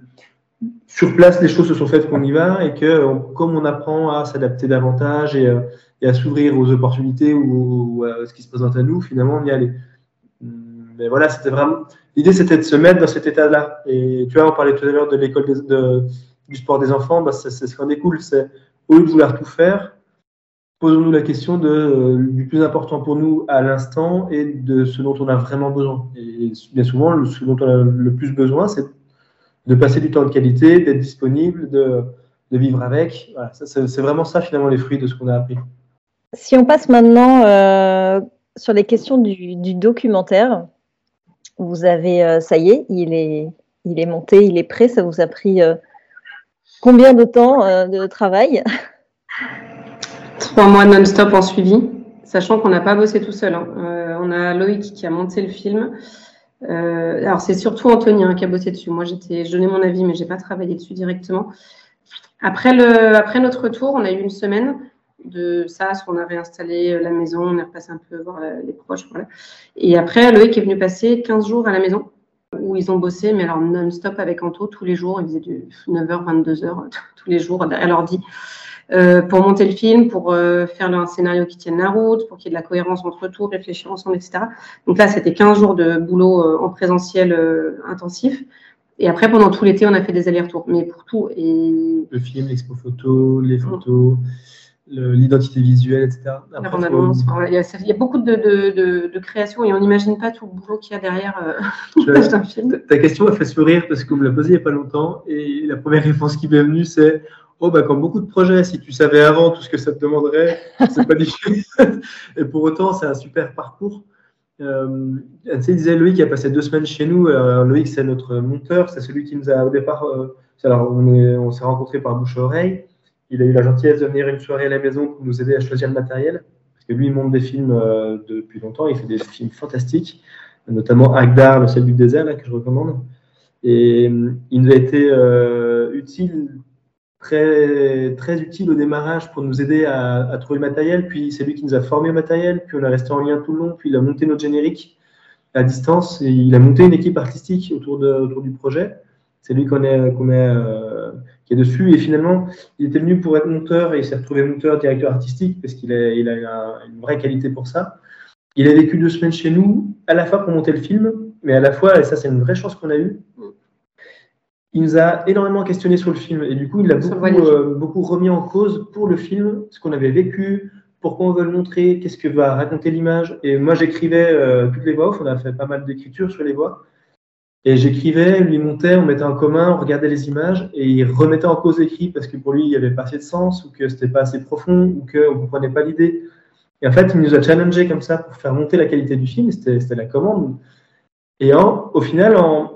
sur place, les choses se sont faites qu'on y va et que on, comme on apprend à s'adapter davantage et, euh, et à s'ouvrir aux opportunités ou, ou à ce qui se présente à nous, finalement, on y allait. Mais voilà, c'était vraiment… L'idée, c'était de se mettre dans cet état-là. Et tu vois, on parlait tout à l'heure de l'école des, de, du sport des enfants, bah, c'est, c'est ce qu'on découle. C'est au lieu de vouloir tout faire, posons-nous la question de, euh, du plus important pour nous à l'instant et de ce dont on a vraiment besoin. Et bien souvent, le, ce dont on a le plus besoin, c'est de passer du temps de qualité, d'être disponible, de, de vivre avec. Voilà, ça, c'est, c'est vraiment ça, finalement, les fruits de ce qu'on a appris. Si on passe maintenant euh, sur les questions du, du documentaire, vous avez, euh, ça y est, il est, il est monté, il est prêt. Ça vous a pris euh, combien de temps euh, de travail? Trois mois non-stop en suivi, sachant qu'on n'a pas bossé tout seul. Hein. Euh, on a Loïc qui a monté le film. Euh, alors, c'est surtout Anthony hein, qui a bossé dessus. Moi, j'étais, je donnais mon avis, mais je n'ai pas travaillé dessus directement. Après, le, après notre retour, on a eu une semaine de ça, on a réinstallé la maison, on est repassé un peu voir les proches. Voilà. Et après, Loïc est venu passer quinze jours à la maison où ils ont bossé, mais alors non-stop avec Anto, tous les jours. Ils faisaient du neuf heures, vingt-deux heures, tous les jours à l'ordi. Euh, pour monter le film, pour euh, faire un scénario qui tienne la route, pour qu'il y ait de la cohérence entre tout, réfléchir ensemble, et cetera. Donc là, c'était quinze jours de boulot euh, en présentiel euh, intensif. Et après, pendant tout l'été, on a fait des allers-retours, mais pour tout. Et... Le film, l'expo photo, les photos, le, l'identité visuelle, et cetera. Après, faut... enfin, voilà, il, y a, il y a beaucoup de, de, de, de création et on n'imagine pas tout le boulot qu'il y a derrière euh, un film. Ta question m'a fait sourire parce qu'on me l'a posée il n'y a pas longtemps et la première réponse qui m'est venue, c'est oh, bah, comme beaucoup de projets, si tu savais avant tout ce que ça te demanderait, c'est pas difficile. Et pour autant, c'est un super parcours. Euh, tu sais, disait Loïc qui a passé deux semaines chez nous. Alors, Loïc, c'est notre monteur, c'est celui qui nous a au départ. Euh, alors, on, est, on s'est rencontrés par bouche à oreille. Il a eu la gentillesse de venir une soirée à la maison pour nous aider à choisir le matériel. Parce que lui, il monte des films euh, depuis longtemps. Il fait des films fantastiques, notamment Agdar, le sel du désert, là, que je recommande. Et euh, il nous a été euh, utile très, très utile au démarrage pour nous aider à, à trouver le matériel. Puis c'est lui qui nous a formé au matériel, puis on est resté en lien tout le long, puis il a monté notre générique à distance et il a monté une équipe artistique autour, de, autour du projet. C'est lui qu'on est, qu'on est, euh, qui est dessus et finalement il était venu pour être monteur et il s'est retrouvé monteur, directeur artistique parce qu'il a, il a une, une vraie qualité pour ça. Il a vécu deux semaines chez nous, à la fois pour monter le film, mais à la fois, et ça c'est une vraie chance qu'on a eue, il nous a énormément questionné sur le film et du coup il a beaucoup, euh, beaucoup remis en cause pour le film, ce qu'on avait vécu, pourquoi on veut le montrer, qu'est-ce que va raconter l'image. Et moi j'écrivais euh, toutes les voix off, on a fait pas mal d'écriture sur les voix, et j'écrivais, lui montait, on mettait en commun, on regardait les images et il remettait en cause l'écrit parce que pour lui il n'y avait pas assez de sens ou que c'était pas assez profond ou qu'on ne comprenait pas l'idée. Et en fait il nous a challengé comme ça pour faire monter la qualité du film, c'était, c'était la commande. Et en, au final, en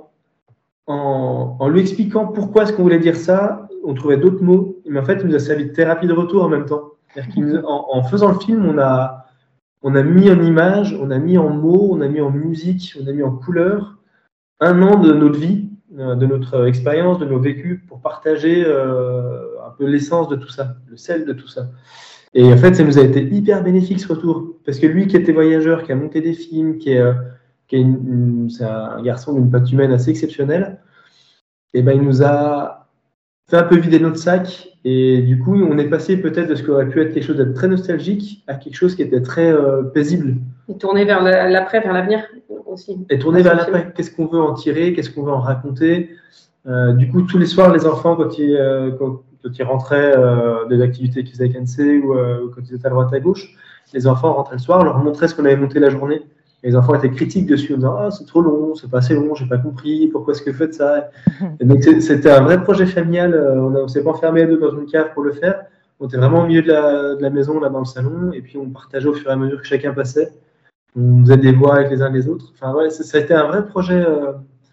En, en lui expliquant pourquoi est-ce qu'on voulait dire ça, on trouvait d'autres mots, mais en fait, il nous a servi de thérapie de retour en même temps. C'est-à-dire qu'il nous, en, en faisant le film, on a, on a mis en image, on a mis en mots, on a mis en musique, on a mis en couleurs un an de notre vie, de notre expérience, de nos vécus, pour partager euh, un peu l'essence de tout ça, le sel de tout ça. Et en fait, ça nous a été hyper bénéfique ce retour, parce que lui qui était voyageur, qui a monté des films, qui est... Euh, qui est une, une, c'est un garçon d'une patte humaine assez exceptionnelle, et ben il nous a fait un peu vider notre sac et du coup on est passé peut-être de ce qui aurait pu être quelque chose de très nostalgique à quelque chose qui était très euh, paisible. Et tourner vers l'après, vers l'avenir aussi. Et tourner vers l'après. Qu'est-ce qu'on veut en tirer, qu'est-ce qu'on veut en raconter. Euh, du coup tous les soirs les enfants quand ils, euh, quand, quand ils rentraient euh, des activités qu'ils faisaient à K N C ou euh, quand ils étaient à droite à gauche, les enfants rentraient le soir, on leur montrait ce qu'on avait monté la journée. Et les enfants étaient critiques dessus en disant « Ah, c'est trop long, c'est pas assez long, j'ai pas compris, pourquoi est-ce que vous faites ça ?» Et donc, c'était un vrai projet familial. On ne s'est pas enfermé à deux dans une cave pour le faire. On était vraiment au milieu de la, de la maison, là, dans le salon, et puis on partageait au fur et à mesure que chacun passait. On faisait des voix avec les uns les autres. Enfin, ouais, ça, ça a été un vrai projet euh,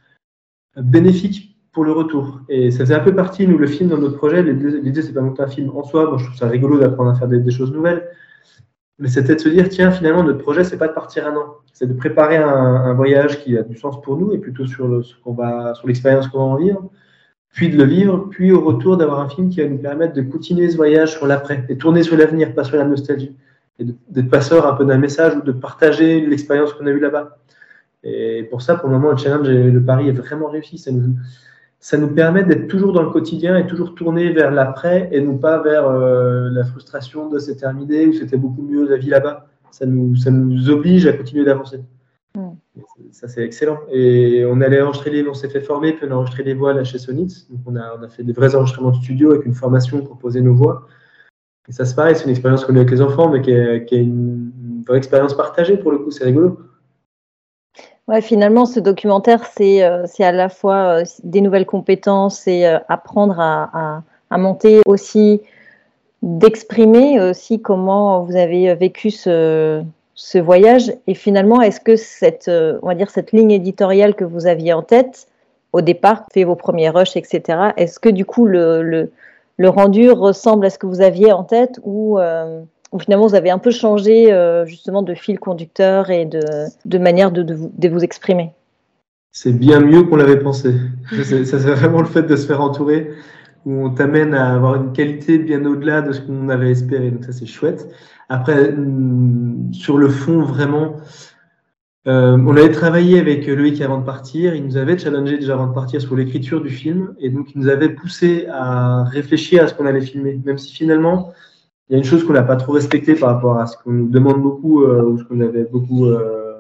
bénéfique pour le retour. Et ça faisait un peu partie, nous, le film, dans notre projet. L'idée, c'est pas monter un film en soi. Moi, je trouve ça rigolo d'apprendre à faire des, des choses nouvelles. Mais c'était de se dire, tiens, finalement, notre projet, c'est pas de partir un an. C'est de préparer un, un voyage qui a du sens pour nous et plutôt sur, le, ce qu'on va, sur l'expérience qu'on va en vivre, puis de le vivre, puis au retour d'avoir un film qui va nous permettre de continuer ce voyage sur l'après et tourner sur l'avenir, pas sur la nostalgie. Et de, d'être passeur un peu d'un message ou de partager l'expérience qu'on a eue là-bas. Et pour ça, pour le moment, le challenge et le pari est vraiment réussi. Ça nous, ça nous permet d'être toujours dans le quotidien et toujours tourné vers l'après et non pas vers euh, la frustration de c'est terminé ou c'était beaucoup mieux la vie là-bas. Ça nous, ça nous oblige à continuer d'avancer. Mm. Ça, c'est excellent. Et on allait enregistrer les, on s'est fait former, puis on a enregistré les voix là chez Sonitz. Donc on a, on a fait des vrais enregistrements de studio avec une formation pour poser nos voix. Et ça, c'est pareil, c'est une expérience qu'on a avec les enfants, mais qui est, qui est une, une vraie expérience partagée pour le coup. C'est rigolo. Ouais, finalement, ce documentaire, c'est, euh, c'est à la fois euh, des nouvelles compétences et euh, apprendre à, à, à monter aussi, d'exprimer aussi comment vous avez vécu ce, ce voyage. Et finalement, est-ce que cette, euh, on va dire, cette ligne éditoriale que vous aviez en tête, au départ, fait vos premiers rushs, et cetera, est-ce que du coup, le, le, le rendu ressemble à ce que vous aviez en tête ou euh, Ou finalement, vous avez un peu changé euh, justement de fil conducteur et de, de manière de, de, vous, de vous exprimer? C'est bien mieux qu'on l'avait pensé. C'est, ça, c'est vraiment le fait de se faire entourer où on t'amène à avoir une qualité bien au-delà de ce qu'on avait espéré. Donc ça, c'est chouette. Après, sur le fond, vraiment, euh, on avait travaillé avec Loïc avant de partir. Il nous avait challengé déjà avant de partir sur l'écriture du film. Et donc, il nous avait poussé à réfléchir à ce qu'on allait filmer. Même si finalement, il y a une chose qu'on n'a pas trop respectée par rapport à ce qu'on nous demande beaucoup euh, ou ce qu'on avait beaucoup euh,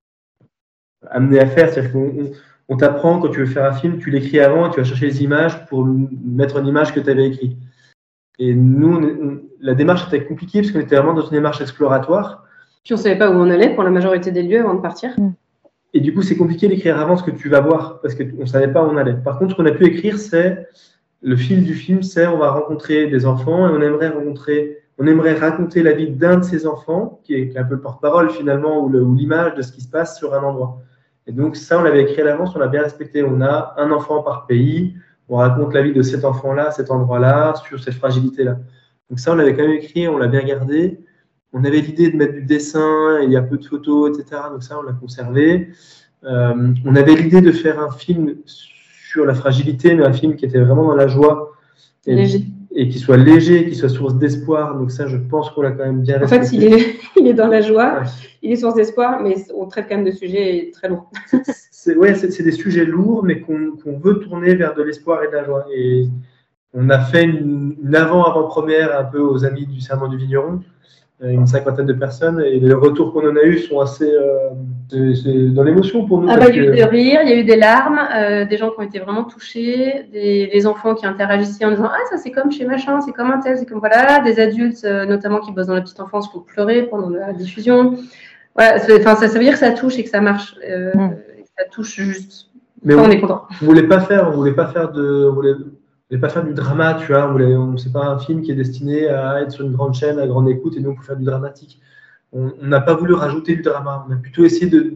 amené à faire. C'est-à-dire qu'on on, on t'apprend, quand tu veux faire un film, tu l'écris avant et tu vas chercher les images pour mettre une image que tu avais écrite. Et nous, on, on, la démarche était compliquée parce qu'on était vraiment dans une démarche exploratoire. Puis on ne savait pas où on allait pour la majorité des lieux avant de partir. Et du coup, c'est compliqué d'écrire avant ce que tu vas voir parce qu'on ne savait pas où on allait. Par contre, ce qu'on a pu écrire, c'est le fil du film, c'est on va rencontrer des enfants et on aimerait rencontrer, on aimerait raconter la vie d'un de ces enfants qui est un peu le porte-parole finalement ou, le, ou l'image de ce qui se passe sur un endroit. Et donc ça, on l'avait écrit à l'avance, on l'a bien respecté. On a un enfant par pays, on raconte la vie de cet enfant-là, cet endroit-là, sur cette fragilité-là. Donc ça, on l'avait quand même écrit, on l'a bien gardé. On avait l'idée de mettre du dessin, il y a peu de photos, et cetera. Donc ça, on l'a conservé. Euh, on avait l'idée de faire un film sur la fragilité, mais un film qui était vraiment dans la joie et, léger, et qui soit léger, qui soit source d'espoir. Donc ça, je pense qu'on l'a quand même bien respecté. En fait, il est, il est dans la joie, ouais. Il est source d'espoir, mais on traite quand même de sujets très lourds. C'est, ouais, c'est, c'est des sujets lourds, mais qu'on, qu'on veut tourner vers de l'espoir et de la joie. Et on a fait une, une avant-avant-première un peu aux Amis du Serment du Vigneron, une cinquantaine de personnes, et les retours qu'on en a eu sont assez euh, c'est, c'est dans l'émotion pour nous. Ah bah, il y a eu des rires, il y a eu des larmes, euh, des gens qui ont été vraiment touchés, des, des enfants qui interagissaient en disant ah ça c'est comme chez machin, c'est comme un tel, c'est comme voilà, des adultes euh, notamment qui bossent dans la petite enfance qui ont pleuré pendant la diffusion. Voilà, enfin ça, ça veut dire que ça touche et que ça marche, euh, mmh. et que ça touche juste. Mais enfin, on, on est content. On voulait pas faire, on voulait pas faire de, on voulait, on voulait pas faire du drama, tu vois. On voulait, on, c'est pas un film qui est destiné à être sur une grande chaîne, à grande écoute, et nous pour faire du dramatique. On n'a pas voulu rajouter du drama. On a plutôt essayé de.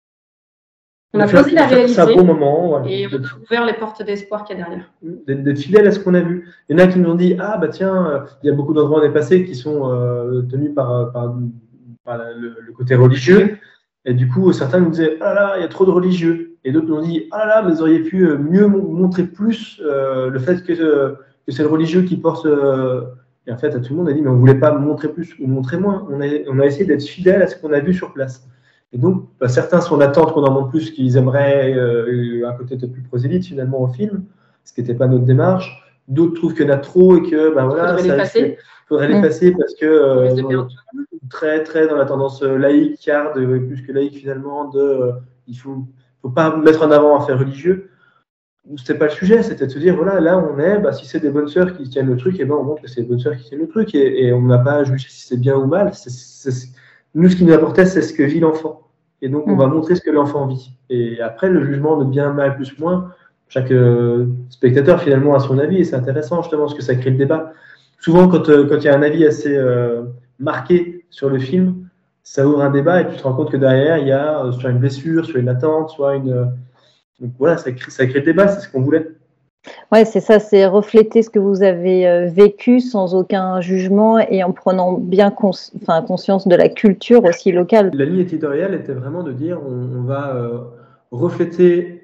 On a posé la réalité. Ça bon moment, voilà. Et on a ouvert les portes d'espoir qu'il y a derrière. D'être, d'être fidèle à ce qu'on a vu. Il y en a qui nous ont dit ah bah tiens, il y a beaucoup d'endroits où on est passé qui sont euh, tenus par, par, par le, le côté religieux. Et du coup, certains nous disaient ah là là, il y a trop de religieux. Et d'autres nous ont dit ah là là, mais vous auriez pu mieux montrer plus euh, le fait que, euh, que c'est le religieux qui porte. Euh, et en fait, à tout le monde, on a dit mais on ne voulait pas montrer plus ou montrer moins. On a, on a essayé d'être fidèle à ce qu'on a vu sur place. Et donc, bah, certains sont en attente qu'on en montre plus, qu'ils aimeraient euh, un côté peut-être plus prosélyte finalement au film, ce qui n'était pas notre démarche. D'autres trouvent qu'il y en a trop et que bah, voilà, faudrait ça, les passer. faudrait mmh. les passer parce que euh, euh, très très dans la tendance laïque, car de, plus que laïque finalement, de euh, il faut faut pas mettre en avant un fait religieux. C'était pas le sujet, c'était de se dire voilà, là on est, bah, si c'est des bonnes sœurs qui tiennent le truc, et ben on montre que c'est des bonnes sœurs qui tiennent le truc et, et on n'a pas à juger si c'est bien ou mal. C'est, c'est, nous, ce qui nous apportait, c'est ce que vit l'enfant. Et donc, on va montrer ce que l'enfant vit. Et après, le jugement de bien, mal, plus, moins, chaque euh, spectateur, finalement, a son avis. Et c'est intéressant, justement, parce que ça crée le débat. Souvent, quand euh, quand il y a un avis assez euh, marqué sur le film, ça ouvre un débat et tu te rends compte que derrière, il y a euh, soit une blessure, soit une attente, soit une… Euh, donc voilà, ça crée, ça crée le débat, c'est ce qu'on voulait. Ouais, c'est ça, c'est refléter ce que vous avez euh, vécu sans aucun jugement et en prenant bien cons- enfin, conscience de la culture aussi locale. La ligne éditoriale était vraiment de dire on, on va euh, refléter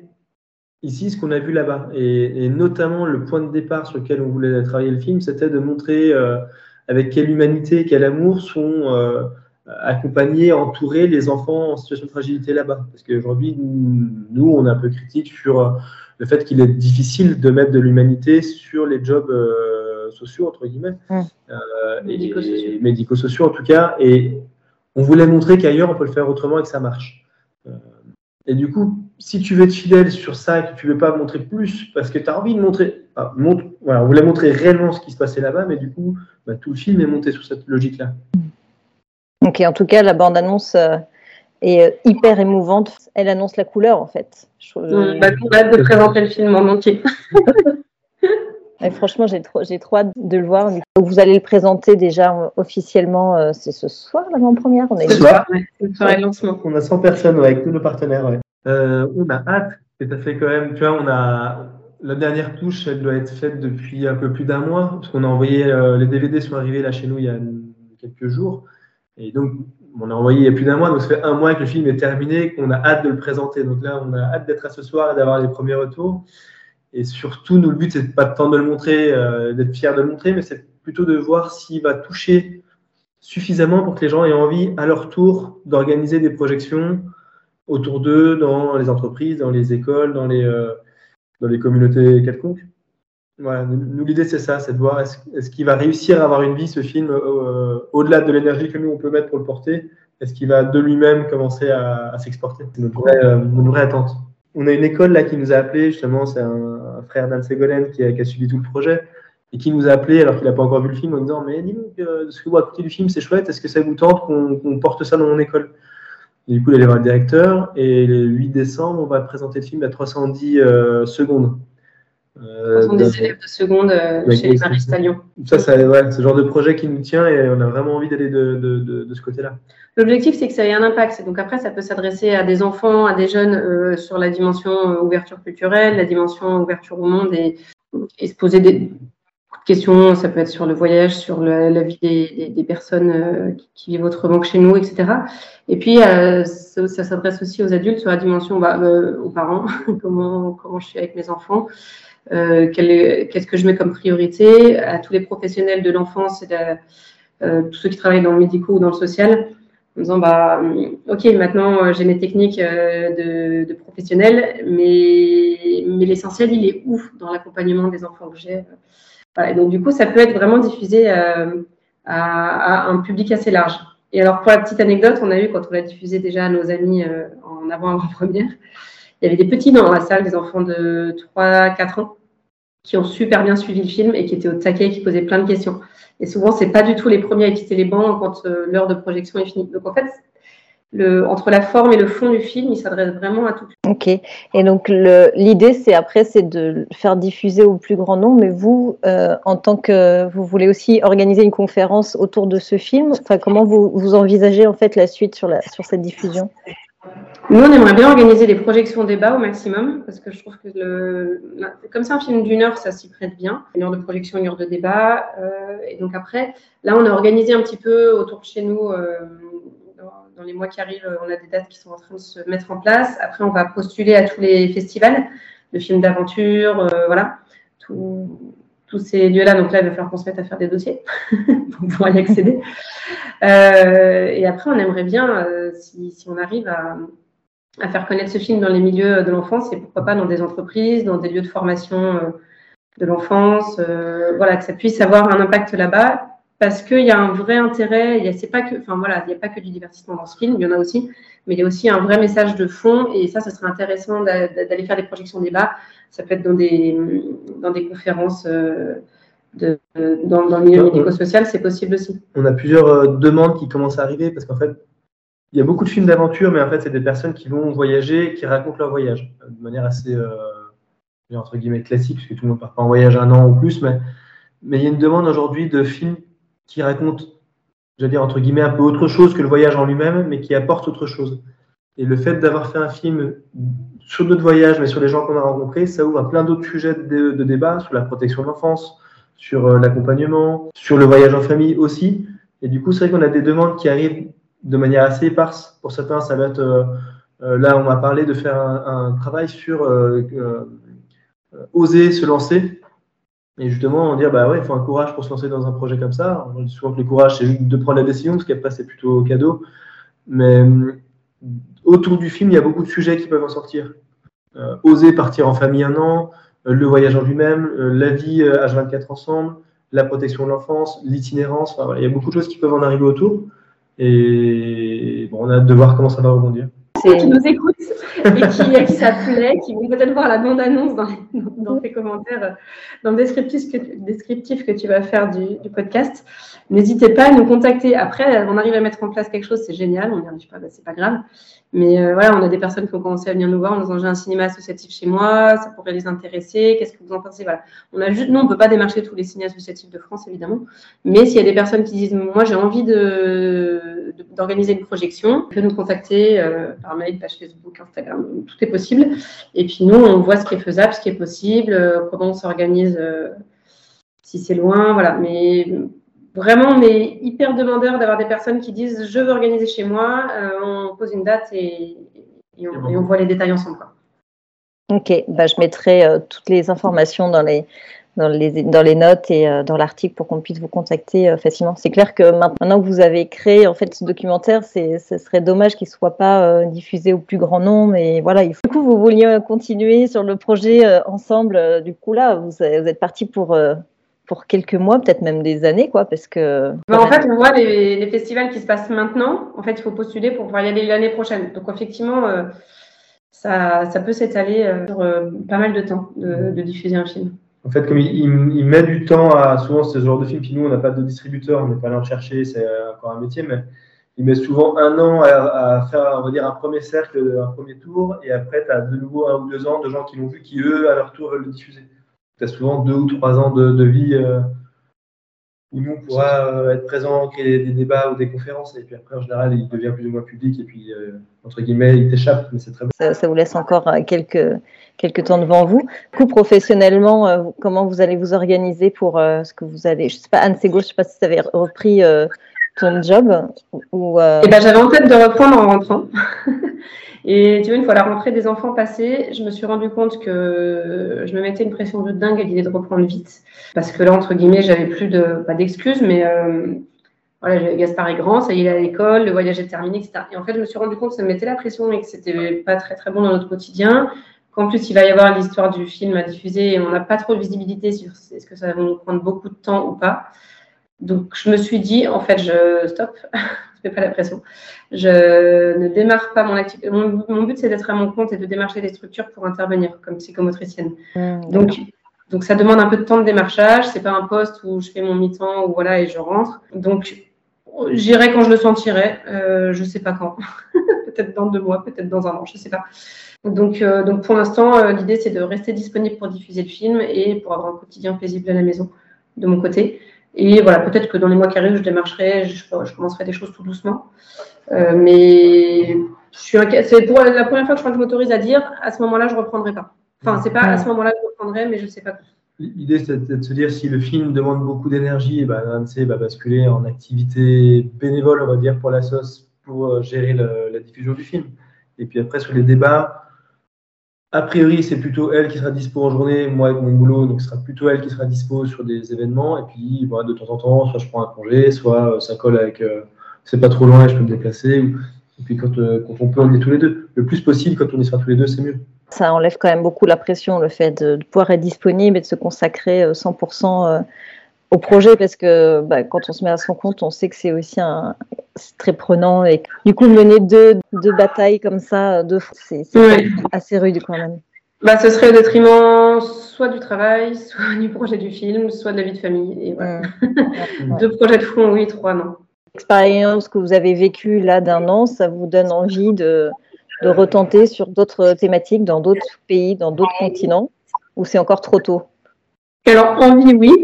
ici ce qu'on a vu là-bas. Et, et notamment, le point de départ sur lequel on voulait travailler le film, c'était de montrer euh, avec quelle humanité, quel amour sont euh, accompagnés, entourés les enfants en situation de fragilité là-bas. Parce qu'aujourd'hui, nous, on est un peu critique sur le fait qu'il est difficile de mettre de l'humanité sur les jobs euh, sociaux, entre guillemets, mmh. euh, médico-sociaux. Et, médico-sociaux en tout cas. Et on voulait montrer qu'ailleurs, on peut le faire autrement et que ça marche. Euh, et du coup, si tu veux être fidèle sur ça et que tu ne veux pas montrer plus, parce que tu as envie de montrer… Enfin, montre, voilà, on voulait montrer réellement ce qui se passait là-bas, mais du coup, bah, tout le film est monté sur cette logique-là. Ok, en tout cas, la bande-annonce euh, est hyper émouvante. Elle annonce la couleur, en fait. Je, mmh, bah, on a hâte de présenter le film en entier. Et franchement, j'ai trop, j'ai trop hâte de le voir. Donc, vous allez le présenter déjà euh, officiellement. Euh, c'est ce soir, l'avant-première. On est ce soir, ouais, c'est une soirée de lancement. On a cent personnes ouais, avec tous nos partenaires. Ouais. Euh, on a hâte. Et ça fait quand même, tu vois, on a la dernière touche, elle doit être faite depuis un peu plus d'un mois, parce qu'on a envoyé euh, les D V D sont arrivés là chez nous il y a quelques jours. Et donc, on a envoyé il y a plus d'un mois, donc ça fait un mois que le film est terminé, qu'on a hâte de le présenter. Donc là, on a hâte d'être à ce soir et d'avoir les premiers retours. Et surtout, nous, le but, c'est pas tant de le montrer, euh, d'être fier de le montrer, mais c'est plutôt de voir s'il va toucher suffisamment pour que les gens aient envie, à leur tour, d'organiser des projections autour d'eux, dans les entreprises, dans les écoles, dans les, euh, dans les communautés quelconques. Voilà, nous, nous, l'idée, c'est ça, c'est de voir est-ce, est-ce qu'il va réussir à avoir une vie, ce film, euh, au-delà de l'énergie que nous, on peut mettre pour le porter. Est-ce qu'il va de lui-même commencer à, à s'exporter? C'est notre vraie, euh, notre vraie attente. On a une école là qui nous a appelé, justement, c'est un, un frère d'Anne Ségolène qui a, qui a suivi tout le projet et qui nous a appelé alors qu'il n'a pas encore vu le film en disant mais dis-nous, euh, ce que vous racontez du film, c'est chouette, est-ce que ça vous tente qu'on, qu'on porte ça dans mon école? Et du coup, il allait voir le directeur et le huit décembre, on va présenter le film à trois cent dix euh, secondes. Euh, trois cent dix élèves de seconde euh, chez les Maristes à Lyon. Ça, ça ouais, c'est le genre de projet qui nous tient et on a vraiment envie d'aller de, de, de, de ce côté-là. L'objectif, c'est que ça ait un impact. Donc après, ça peut s'adresser à des enfants, à des jeunes euh, sur la dimension euh, ouverture culturelle, la dimension ouverture au monde et, et se poser des questions. Ça peut être sur le voyage, sur le, la vie des, des, des personnes euh, qui, qui vivent autrement que chez nous, et cetera. Et puis, euh, ça, ça s'adresse aussi aux adultes sur la dimension, bah, euh, aux parents, comment, comment je suis avec mes enfants. euh, quel, qu'est-ce que je mets comme priorité, à tous les professionnels de l'enfance et de, euh, tous ceux qui travaillent dans le médico ou dans le social, en disant bah ok, maintenant j'ai mes techniques euh, de, de professionnels, mais, mais l'essentiel il est où dans l'accompagnement des enfants que j'ai. Voilà, et donc du coup ça peut être vraiment diffusé euh, à, à un public assez large. Et alors pour la petite anecdote, on a eu quand on l'a diffusé déjà à nos amis euh, en avant-avant-première, il y avait des petits dans la salle, des enfants de trois à quatre ans qui ont super bien suivi le film et qui étaient au taquet, qui posaient plein de questions. Et souvent, c'est pas du tout les premiers à quitter les bancs quand euh, l'heure de projection est finie. Donc en fait, le, entre la forme et le fond du film, il s'adresse vraiment à tout. Ok. Et donc le, l'idée, c'est après, c'est de faire diffuser au plus grand nombre. Mais vous, euh, en tant que, vous voulez aussi organiser une conférence autour de ce film. Enfin, comment vous, vous envisagez en fait la suite sur la sur cette diffusion? Nous, on aimerait bien organiser des projections débat au maximum, parce que je trouve que le, comme c'est un film d'une heure, ça s'y prête bien. Une heure de projection, une heure de débat. Euh, et donc après, là, on a organisé un petit peu autour de chez nous, euh, dans, dans les mois qui arrivent, on a des dates qui sont en train de se mettre en place. Après, on va postuler à tous les festivals de films d'aventure, euh, voilà, tout, tous ces lieux-là. Donc là, il va falloir qu'on se mette à faire des dossiers pour pouvoir y accéder. Euh, et après, on aimerait bien, euh, si, si on arrive à à faire connaître ce film dans les milieux de l'enfance et pourquoi pas dans des entreprises, dans des lieux de formation de l'enfance, euh, voilà, que ça puisse avoir un impact là-bas, parce qu'il y a un vrai intérêt. Il y a, c'est pas que, enfin voilà, il n'y a pas que du divertissement dans ce film, il y en a aussi, mais il y a aussi un vrai message de fond, et ça, ce serait intéressant d'aller faire des projections débat. Ça peut être dans des dans des conférences. Euh, De, dans, dans le milieu médico-social, c'est possible aussi. On a plusieurs euh, demandes qui commencent à arriver parce qu'en fait, il y a beaucoup de films d'aventure, mais en fait, c'est des personnes qui vont voyager, qui racontent leur voyage de manière assez, euh, entre guillemets, classique, parce que tout le monde ne part pas en voyage un an ou plus, mais, mais il y a une demande aujourd'hui de films qui racontent, j'allais dire, entre guillemets, un peu autre chose que le voyage en lui-même, mais qui apportent autre chose. Et le fait d'avoir fait un film sur notre voyage, mais sur les gens qu'on a rencontrés, ça ouvre à plein d'autres sujets de, de débat, sur la protection de l'enfance, sur euh, l'accompagnement, sur le voyage en famille aussi. Et du coup, c'est vrai qu'on a des demandes qui arrivent de manière assez éparse. Pour certains, ça va être, euh, euh, là, on m'a parlé de faire un, un travail sur euh, euh, oser se lancer. Et justement, on dit, bah ouais, il faut un courage pour se lancer dans un projet comme ça. On dit souvent que le courage, c'est juste de prendre la décision, parce qu'après, c'est plutôt cadeau. Mais euh, autour du film, il y a beaucoup de sujets qui peuvent en sortir. Euh, oser partir en famille un an, euh, le voyage en lui-même, euh, la vie euh, H vingt-quatre ensemble, la protection de l'enfance, l'itinérance. Enfin, voilà, il y a beaucoup de choses qui peuvent en arriver autour. Et bon, on a hâte de voir comment ça va rebondir. Ceux qui nous écoutent et qui, qui ça plaît, qui vont peut-être voir la bande-annonce dans, dans tes commentaires, dans le descriptif que, descriptif que tu vas faire du, du podcast, n'hésitez pas à nous contacter. Après, on arrive à mettre en place quelque chose, c'est génial. On n'y arrive pas, bah, c'est pas grave. Mais euh, voilà, on a des personnes qui ont commencé à venir nous voir en disant j'ai un cinéma associatif chez moi, ça pourrait les intéresser. Qu'est-ce que vous en pensez? Voilà. On a juste, nous, on peut pas démarcher tous les cinémas associatifs de France, évidemment. Mais s'il y a des personnes qui disent moi j'ai envie de, de d'organiser une projection, on peut nous contacter euh, par mail, page Facebook, Instagram, tout est possible. Et puis nous, on voit ce qui est faisable, ce qui est possible, euh, comment on s'organise euh, si c'est loin, voilà. Mais vraiment, on est hyper demandeur d'avoir des personnes qui disent je veux organiser chez moi, euh, on pose une date et, et, on, et on voit les détails ensemble, quoi. Ok, bah, je mettrai euh, toutes les informations dans les, dans les, dans les notes et euh, dans l'article pour qu'on puisse vous contacter euh, facilement. C'est clair que maintenant que vous avez créé en fait ce documentaire, c'est, ce serait dommage qu'il ne soit pas euh, diffusé au plus grand nombre. Et voilà, il faut... Du coup, vous vouliez continuer sur le projet euh, ensemble. Euh, du coup, là, vous, vous êtes parti pour... Euh, pour quelques mois, peut-être même des années, quoi, parce que... Ben, en fait, on voit les, les festivals qui se passent maintenant. En fait, il faut postuler pour pouvoir y aller l'année prochaine. Donc, effectivement, euh, ça, ça peut s'étaler euh, sur euh, pas mal de temps de, de diffuser un film. En fait, comme il, il, il met du temps à... Souvent, c'est ce genre de film, puis nous, on n'a pas de distributeur, on n'est pas allé en chercher, c'est encore un métier, mais il met souvent un an à, à faire, on va dire, un premier cercle, un premier tour, et après, tu as de nouveau un ou deux ans de gens qui l'ont vu, qui, eux, à leur tour, veulent le diffuser. Tu as souvent deux ou trois ans de, de vie euh, où nous, on pourra euh, être présent, créer des, des débats ou des conférences. Et puis après, en général, il devient plus ou moins public. Et puis, euh, entre guillemets, il t'échappe. Mais c'est très bien. Ça, ça vous laisse encore quelques, quelques temps devant vous. Du coup, professionnellement, euh, comment vous allez vous organiser pour euh, ce que vous allez... Je ne sais pas, Anne Ségaud, je ne sais pas si vous avez repris euh, ton job ou euh... Et ben, j'avais en tête de reprendre en rentrant. Et tu vois, une fois la rentrée des enfants passée, je me suis rendu compte que je me mettais une pression de dingue à l'idée de reprendre vite. Parce que là, entre guillemets, j'avais plus de, pas d'excuses, mais euh, voilà, Gaspard est grand, ça y est, il est à l'école, le voyage est terminé, et cetera. Et en fait, je me suis rendu compte que ça me mettait la pression et que c'était pas très, très bon dans notre quotidien. Qu'en plus, il va y avoir l'histoire du film à diffuser et on n'a pas trop de visibilité sur est-ce que ça va nous prendre beaucoup de temps ou pas. Donc, je me suis dit, en fait, je stop, je ne mets pas la pression. Je ne démarre pas mon activité. Mon, mon but, c'est d'être à mon compte et de démarcher des structures pour intervenir comme psychomotricienne. Mmh, donc, donc, ça demande un peu de temps de démarchage. Ce n'est pas un poste où je fais mon mi-temps ou voilà, et je rentre. Donc, j'irai quand je le sentirai. Euh, je ne sais pas quand. Peut-être dans deux mois, peut-être dans un an, je ne sais pas. Donc, euh, donc, pour l'instant, euh, l'idée, c'est de rester disponible pour diffuser le film et pour avoir un quotidien paisible à la maison de mon côté. Et voilà, peut-être que dans les mois qui arrivent, je démarcherai, je, je commencerai des choses tout doucement. Euh, mais je suis inquiet. C'est pour la première fois que je crois que je m'autorise à dire, à ce moment-là, je ne reprendrai pas. Enfin, c'est pas à ce moment-là que je reprendrai, mais je ne sais pas quand. L'idée, c'est de se dire, si le film demande beaucoup d'énergie, eh ben, l'A N C va basculer en activité bénévole, on va dire, pour la S O S, pour gérer le, la diffusion du film. Et puis après, sur les débats, a priori, c'est plutôt elle qui sera dispo en journée, moi avec mon boulot, donc ce sera plutôt elle qui sera dispo sur des événements. Et puis, voilà, de temps en temps, soit je prends un congé, soit ça colle avec, euh, c'est pas trop loin et je peux me déplacer. Ou, et puis, quand, euh, quand on peut, on est tous les deux. Le plus possible, quand on y sera tous les deux, c'est mieux. Ça enlève quand même beaucoup la pression, le fait de, de pouvoir être disponible et de se consacrer cent pour cent au projet, parce que bah, quand on se met à son compte, on sait que c'est aussi un, c'est très prenant. Et du coup, mener deux, deux batailles comme ça, deux, c'est, c'est ouais. assez rude quand même. Bah, ce serait au détriment soit du travail, soit du projet du film, soit de la vie de famille. Et voilà. mmh. Deux projets de front, oui, trois, non. L'expérience que vous avez vécue là d'un an, ça vous donne envie de, de retenter sur d'autres thématiques, dans d'autres pays, dans d'autres continents, ou c'est encore trop tôt? Alors, envie, oui.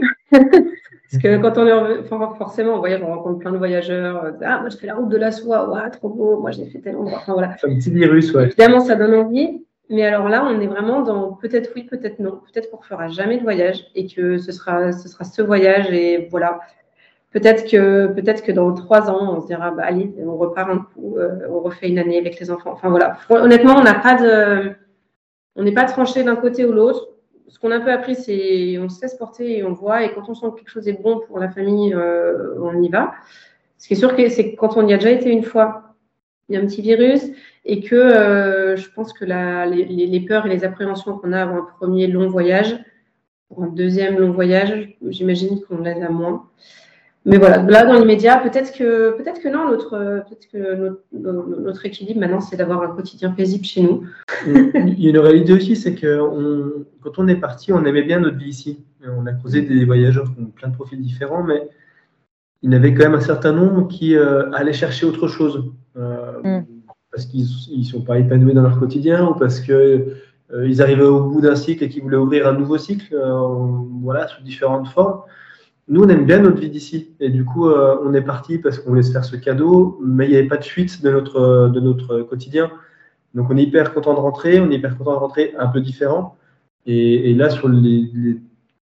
Parce que quand on est en... enfin, forcément en voyage, on rencontre plein de voyageurs. Ah, moi, je fais la route de la soie. Ouais, trop beau. Moi, j'ai fait tel endroit. Enfin, voilà. C'est un petit virus, ouais. Évidemment, ça donne envie. Mais alors là, on est vraiment dans peut-être oui, peut-être non. Peut-être qu'on ne fera jamais de voyage et que ce sera ce, sera ce voyage. Et voilà. Peut-être que, peut-être que dans trois ans, on se dira, bah, allez, on repart un coup, euh, on refait une année avec les enfants. Enfin, voilà. Honnêtement, on n'a pas de... On n'est pas tranché d'un côté ou l'autre. Ce qu'on a un peu appris, c'est on se laisse porter et on voit. Et quand on sent que quelque chose est bon pour la famille, euh, on y va. Ce qui est sûr, que c'est que quand on y a déjà été une fois, il y a un petit virus et que euh, je pense que la, les, les peurs et les appréhensions qu'on a avant un premier long voyage, pour un deuxième long voyage, j'imagine qu'on les a moins. Mais voilà, là, dans l'immédiat, peut-être que, peut-être que non, notre, peut-être que notre, notre équilibre maintenant, c'est d'avoir un quotidien paisible chez nous. Il y a une réalité aussi, c'est que on, quand on est parti, on aimait bien notre vie ici. On a creusé des voyageurs qui ont plein de profils différents, mais il y en avait quand même un certain nombre qui euh, allaient chercher autre chose. Euh, mm. Parce qu'ils ne sont pas épanouis dans leur quotidien ou parce qu'ils euh, arrivaient au bout d'un cycle et qu'ils voulaient ouvrir un nouveau cycle, euh, voilà, sous différentes formes. Nous, on aime bien notre vie d'ici. Et du coup, euh, on est parti parce qu'on voulait se faire ce cadeau, mais il n'y avait pas de suite de notre, de notre quotidien. Donc, on est hyper content de rentrer. On est hyper content de rentrer un peu différent. Et, et là, sur les, les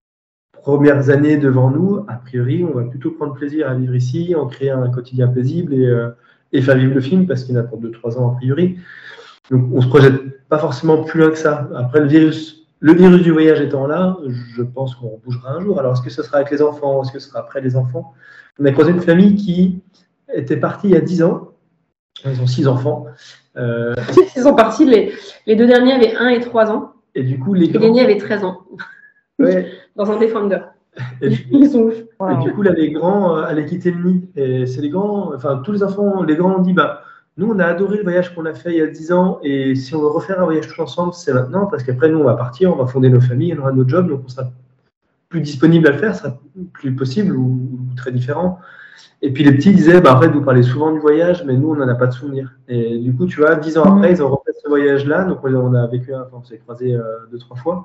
premières années devant nous, a priori, on va plutôt prendre plaisir à vivre ici, en créer un quotidien paisible et, euh, et faire vivre le film parce qu'il y en a pour deux trois ans a priori. Donc, on ne se projette pas forcément plus loin que ça. Après, le virus... Le virus du voyage étant là, je pense qu'on bougera un jour. Alors, est-ce que ce sera avec les enfants? Est-ce que ce sera après les enfants? On a croisé une famille qui était partie il y a dix ans. Ils ont six enfants. Euh... Ils sont partis, les, les deux derniers avaient un et trois ans. Et du coup, les grands... derniers avaient treize ans. Ouais. Dans un Defender. Et du, Ils sont ouf. Wow. Et du coup, là, les grands euh, allaient quitter le nid. Et c'est les grands, enfin, tous les enfants, les grands ont dit, bah, nous, on a adoré le voyage qu'on a fait il y a dix ans et si on veut refaire un voyage tous ensemble, c'est maintenant parce qu'après, nous, on va partir, on va fonder nos familles, on aura notre job, donc on sera plus disponible à le faire, ça sera plus possible ou, ou très différent. Et puis les petits disaient, bah, en fait, vous parlez souvent du voyage, mais nous, on n'en a pas de souvenirs. Et du coup, tu vois, dix ans après, ils ont refait ce voyage-là, donc on a vécu, enfin, on s'est croisés euh, deux, trois fois.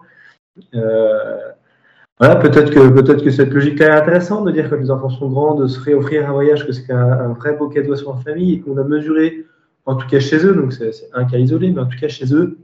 Euh, voilà, peut-être que, peut-être que cette logique est intéressante de dire que les enfants sont grands, de se réoffrir un voyage, que c'est un, un vrai beau cadeau sur la famille et qu'on a mesuré, en tout cas chez eux, donc c'est, c'est un cas isolé, mais en tout cas chez eux,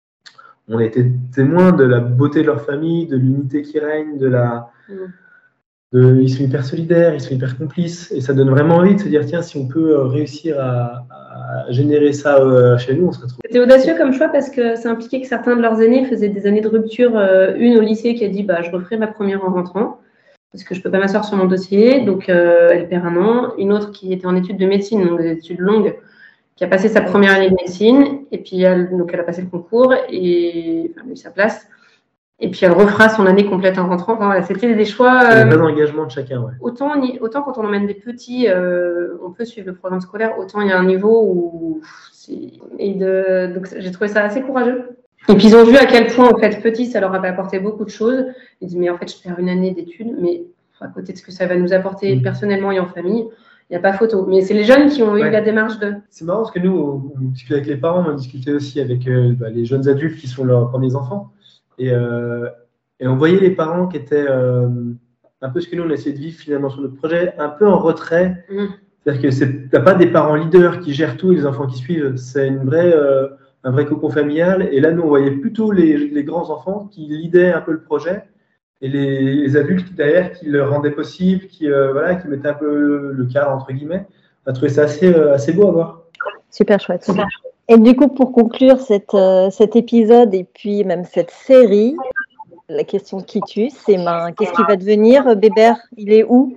on a été témoins de la beauté de leur famille, de l'unité qui règne, de la, mmh. de, ils sont hyper solidaires, ils sont hyper complices, et ça donne vraiment envie de se dire tiens, si on peut réussir à, à générer ça euh, chez nous, on serait trop. C'était audacieux comme choix parce que ça impliquait que certains de leurs aînés faisaient des années de rupture. Euh, une au lycée qui a dit bah je referai ma première en rentrant parce que je peux pas m'asseoir sur mon dossier, donc euh, elle perd un an. Une autre qui était en études de médecine, donc des études longues, qui a passé sa première année de médecine, et puis elle, donc elle a passé le concours et enfin, elle a eu sa place. Et puis elle refera son année complète en rentrant. Enfin, voilà, c'était des choix. Euh, le engagement de chacun, ouais. Autant, autant quand on emmène des petits, euh, on peut suivre le programme scolaire, autant il y a un niveau où. C'est... Et de... Donc j'ai trouvé ça assez courageux. Et puis ils ont vu à quel point, en fait, petit, ça leur avait apporté beaucoup de choses. Ils disent, mais en fait, je perds une année d'études, mais à côté de ce que ça va nous apporter mmh. personnellement et en famille, il n'y a pas photo. Mais c'est les jeunes qui ont ouais. eu la démarche de. C'est marrant parce que nous, on, on discute avec les parents, on discutait aussi avec euh, bah, les jeunes adultes qui sont leurs premiers enfants. Et, euh, et on voyait les parents qui étaient euh, un peu ce que nous, on essayait de vivre finalement sur notre projet, un peu en retrait. Mmh. C'est-à-dire que tu n'as pas des parents leaders qui gèrent tout et les enfants qui suivent. C'est une vraie, euh, un vrai cocon familial. Et là, nous, on voyait plutôt les, les grands enfants qui leadaient un peu le projet et les, les adultes derrière qui le rendaient possible, qui, euh, voilà, qui mettaient un peu le cadre, entre guillemets. On a trouvé ça assez, euh, assez beau à voir. Super chouette. Super. Et du coup, pour conclure cette, euh, cet épisode et puis même cette série, la question qui tue, c'est ben, qu'est-ce qui va devenir Bébert? Il est où?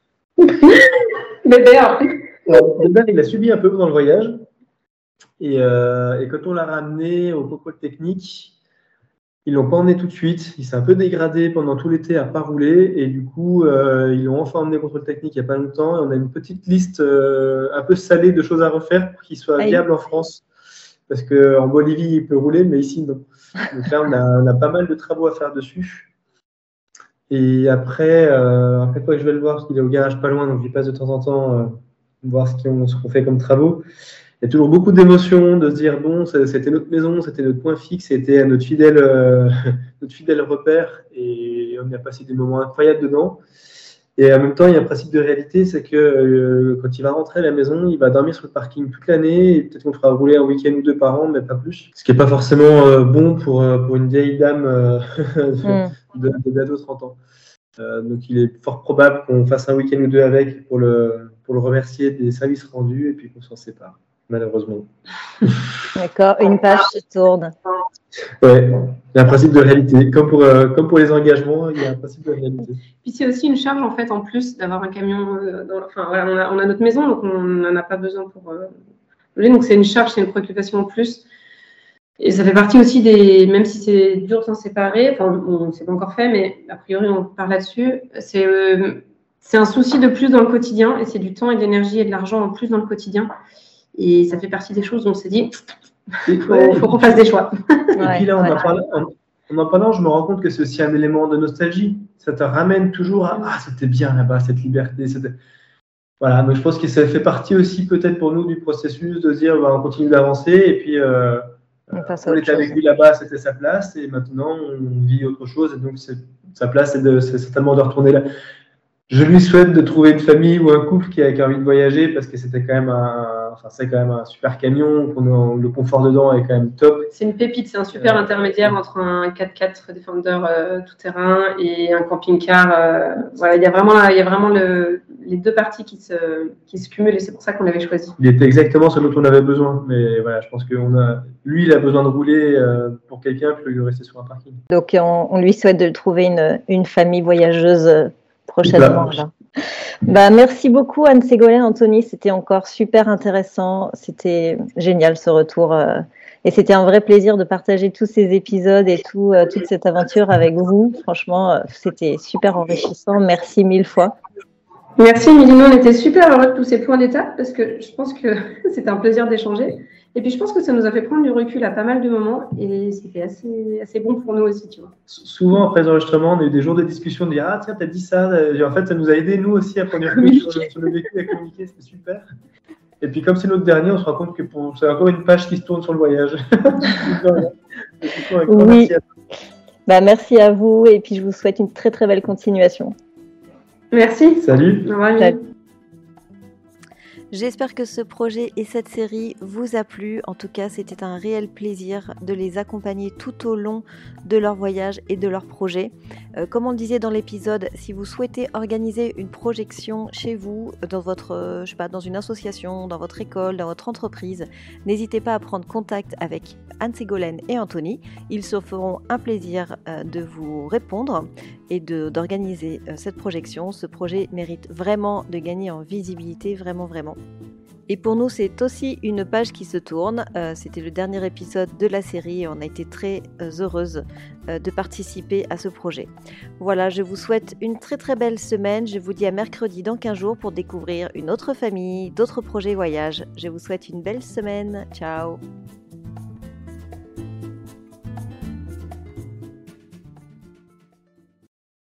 Bébert. Bébert, il a subi un peu dans le voyage. Et, euh, et quand on l'a ramené au contrôle technique, ils ne l'ont pas emmené tout de suite. Il s'est un peu dégradé pendant tout l'été à ne pas rouler. Et du coup, euh, ils l'ont enfin emmené au contrôle technique il n'y a pas longtemps. Et on a une petite liste euh, un peu salée de choses à refaire pour qu'il soit viable en France. Parce qu'en Bolivie, il peut rouler, mais ici, non. Donc là, on a, on a pas mal de travaux à faire dessus. Et après, euh, après quoi, je vais le voir, parce qu'il est au garage pas loin, donc j'y passe de temps en temps, euh, voir ce qu'on, ce qu'on fait comme travaux. Il y a toujours beaucoup d'émotions, de se dire, bon, c'était notre maison, c'était notre point fixe, c'était notre fidèle, euh, notre fidèle repère, et on y a passé des moments incroyables dedans. Et en même temps, il y a un principe de réalité, c'est que euh, quand il va rentrer à la maison, il va dormir sur le parking toute l'année, et peut-être qu'on fera rouler un week-end ou deux par an, mais pas plus. Ce qui n'est pas forcément euh, bon pour, euh, pour une vieille dame euh, de, de bientôt trente ans. Euh, donc il est fort probable qu'on fasse un week-end ou deux avec pour le, pour le remercier des services rendus, et puis qu'on s'en sépare, malheureusement. D'accord, une page se tourne. Ouais, il y a un principe de réalité. Comme pour, euh, comme pour les engagements, il y a un principe de réalité. Puis c'est aussi une charge, en fait, en plus d'avoir un camion. Euh, dans, enfin, voilà, on a, on a notre maison, donc on n'en a pas besoin pour. Euh, donc c'est une charge, c'est une préoccupation en plus. Et ça fait partie aussi des. Même si c'est dur de s'en séparer, enfin, on ne s'est pas encore fait, mais a priori, on parle là-dessus. C'est, euh, c'est un souci de plus dans le quotidien, et c'est du temps et de l'énergie et de l'argent en plus dans le quotidien. Et ça fait partie des choses où on s'est dit. Il faut, ouais, faut qu'on fasse des choix. Et ouais, puis là, en, ouais. en, parlant, en, en parlant, je me rends compte que c'est aussi un élément de nostalgie. Ça te ramène toujours à « Ah, c'était bien là-bas, cette liberté. » Voilà, donc je pense que ça fait partie aussi peut-être pour nous du processus de dire bah, on continue d'avancer et puis euh, on, on était avec lui là-bas, c'était sa place et maintenant on vit autre chose et donc c'est, sa place, c'est, de, c'est certainement de retourner là. Je lui souhaite de trouver une famille ou un couple qui a, qui a envie de voyager parce que c'était quand même un, enfin c'est quand même un super camion, qu'on a, le confort dedans est quand même top. C'est une pépite, c'est un super euh, intermédiaire entre un quatre-quatre Defender euh, tout-terrain et un camping-car. Euh, voilà, il y a vraiment, il y a vraiment le, les deux parties qui se, qui se cumulent et c'est pour ça qu'on l'avait choisi. Il était exactement ce dont on avait besoin, mais voilà, je pense qu'on a, lui, il a besoin de rouler euh, pour quelqu'un plutôt que de rester sur un parking. Donc on, on lui souhaite de trouver une, une famille voyageuse. Prochainement. Là. Bah, merci beaucoup Anne Ségolène, Anthony, c'était encore super intéressant, c'était génial ce retour euh, et c'était un vrai plaisir de partager tous ces épisodes et tout, euh, toute cette aventure avec vous. Franchement, euh, c'était super enrichissant, merci mille fois. Merci Émilie, on était super heureux de tous ces points d'étape parce que je pense que c'était un plaisir d'échanger. Et puis, je pense que ça nous a fait prendre du recul à pas mal de moments et c'était assez, assez bon pour nous aussi, tu vois. Souvent, après les enregistrements, on a eu des jours de discussion, de dire « Ah, tiens, t'as dit ça ». En fait, ça nous a aidé, nous aussi, à prendre du recul sur, sur le vécu, à communiquer, c'était super. Et puis, comme c'est notre dernier, on se rend compte que pour, c'est encore une page qui se tourne sur le voyage. Oui. Merci à, bah, merci à vous et puis je vous souhaite une très, très belle continuation. Merci. Salut. Au revoir. Salut. J'espère que ce projet et cette série vous a plu. En tout cas, c'était un réel plaisir de les accompagner tout au long de leur voyage et de leur projet. Euh, comme on le disait dans l'épisode, si vous souhaitez organiser une projection chez vous, dans votre, euh, je sais pas, dans une association, dans votre école, dans votre entreprise, n'hésitez pas à prendre contact avec Anne-Ségolène et Anthony. Ils se feront un plaisir euh, de vous répondre et de, d'organiser euh, cette projection. Ce projet mérite vraiment de gagner en visibilité, vraiment, vraiment. Et pour nous, c'est aussi une page qui se tourne. Euh, c'était le dernier épisode de la série et on a été très euh, heureuse euh, de participer à ce projet. Voilà, je vous souhaite une très très belle semaine. Je vous dis à mercredi dans quinze jours pour découvrir une autre famille, d'autres projets voyages. Je vous souhaite une belle semaine. Ciao!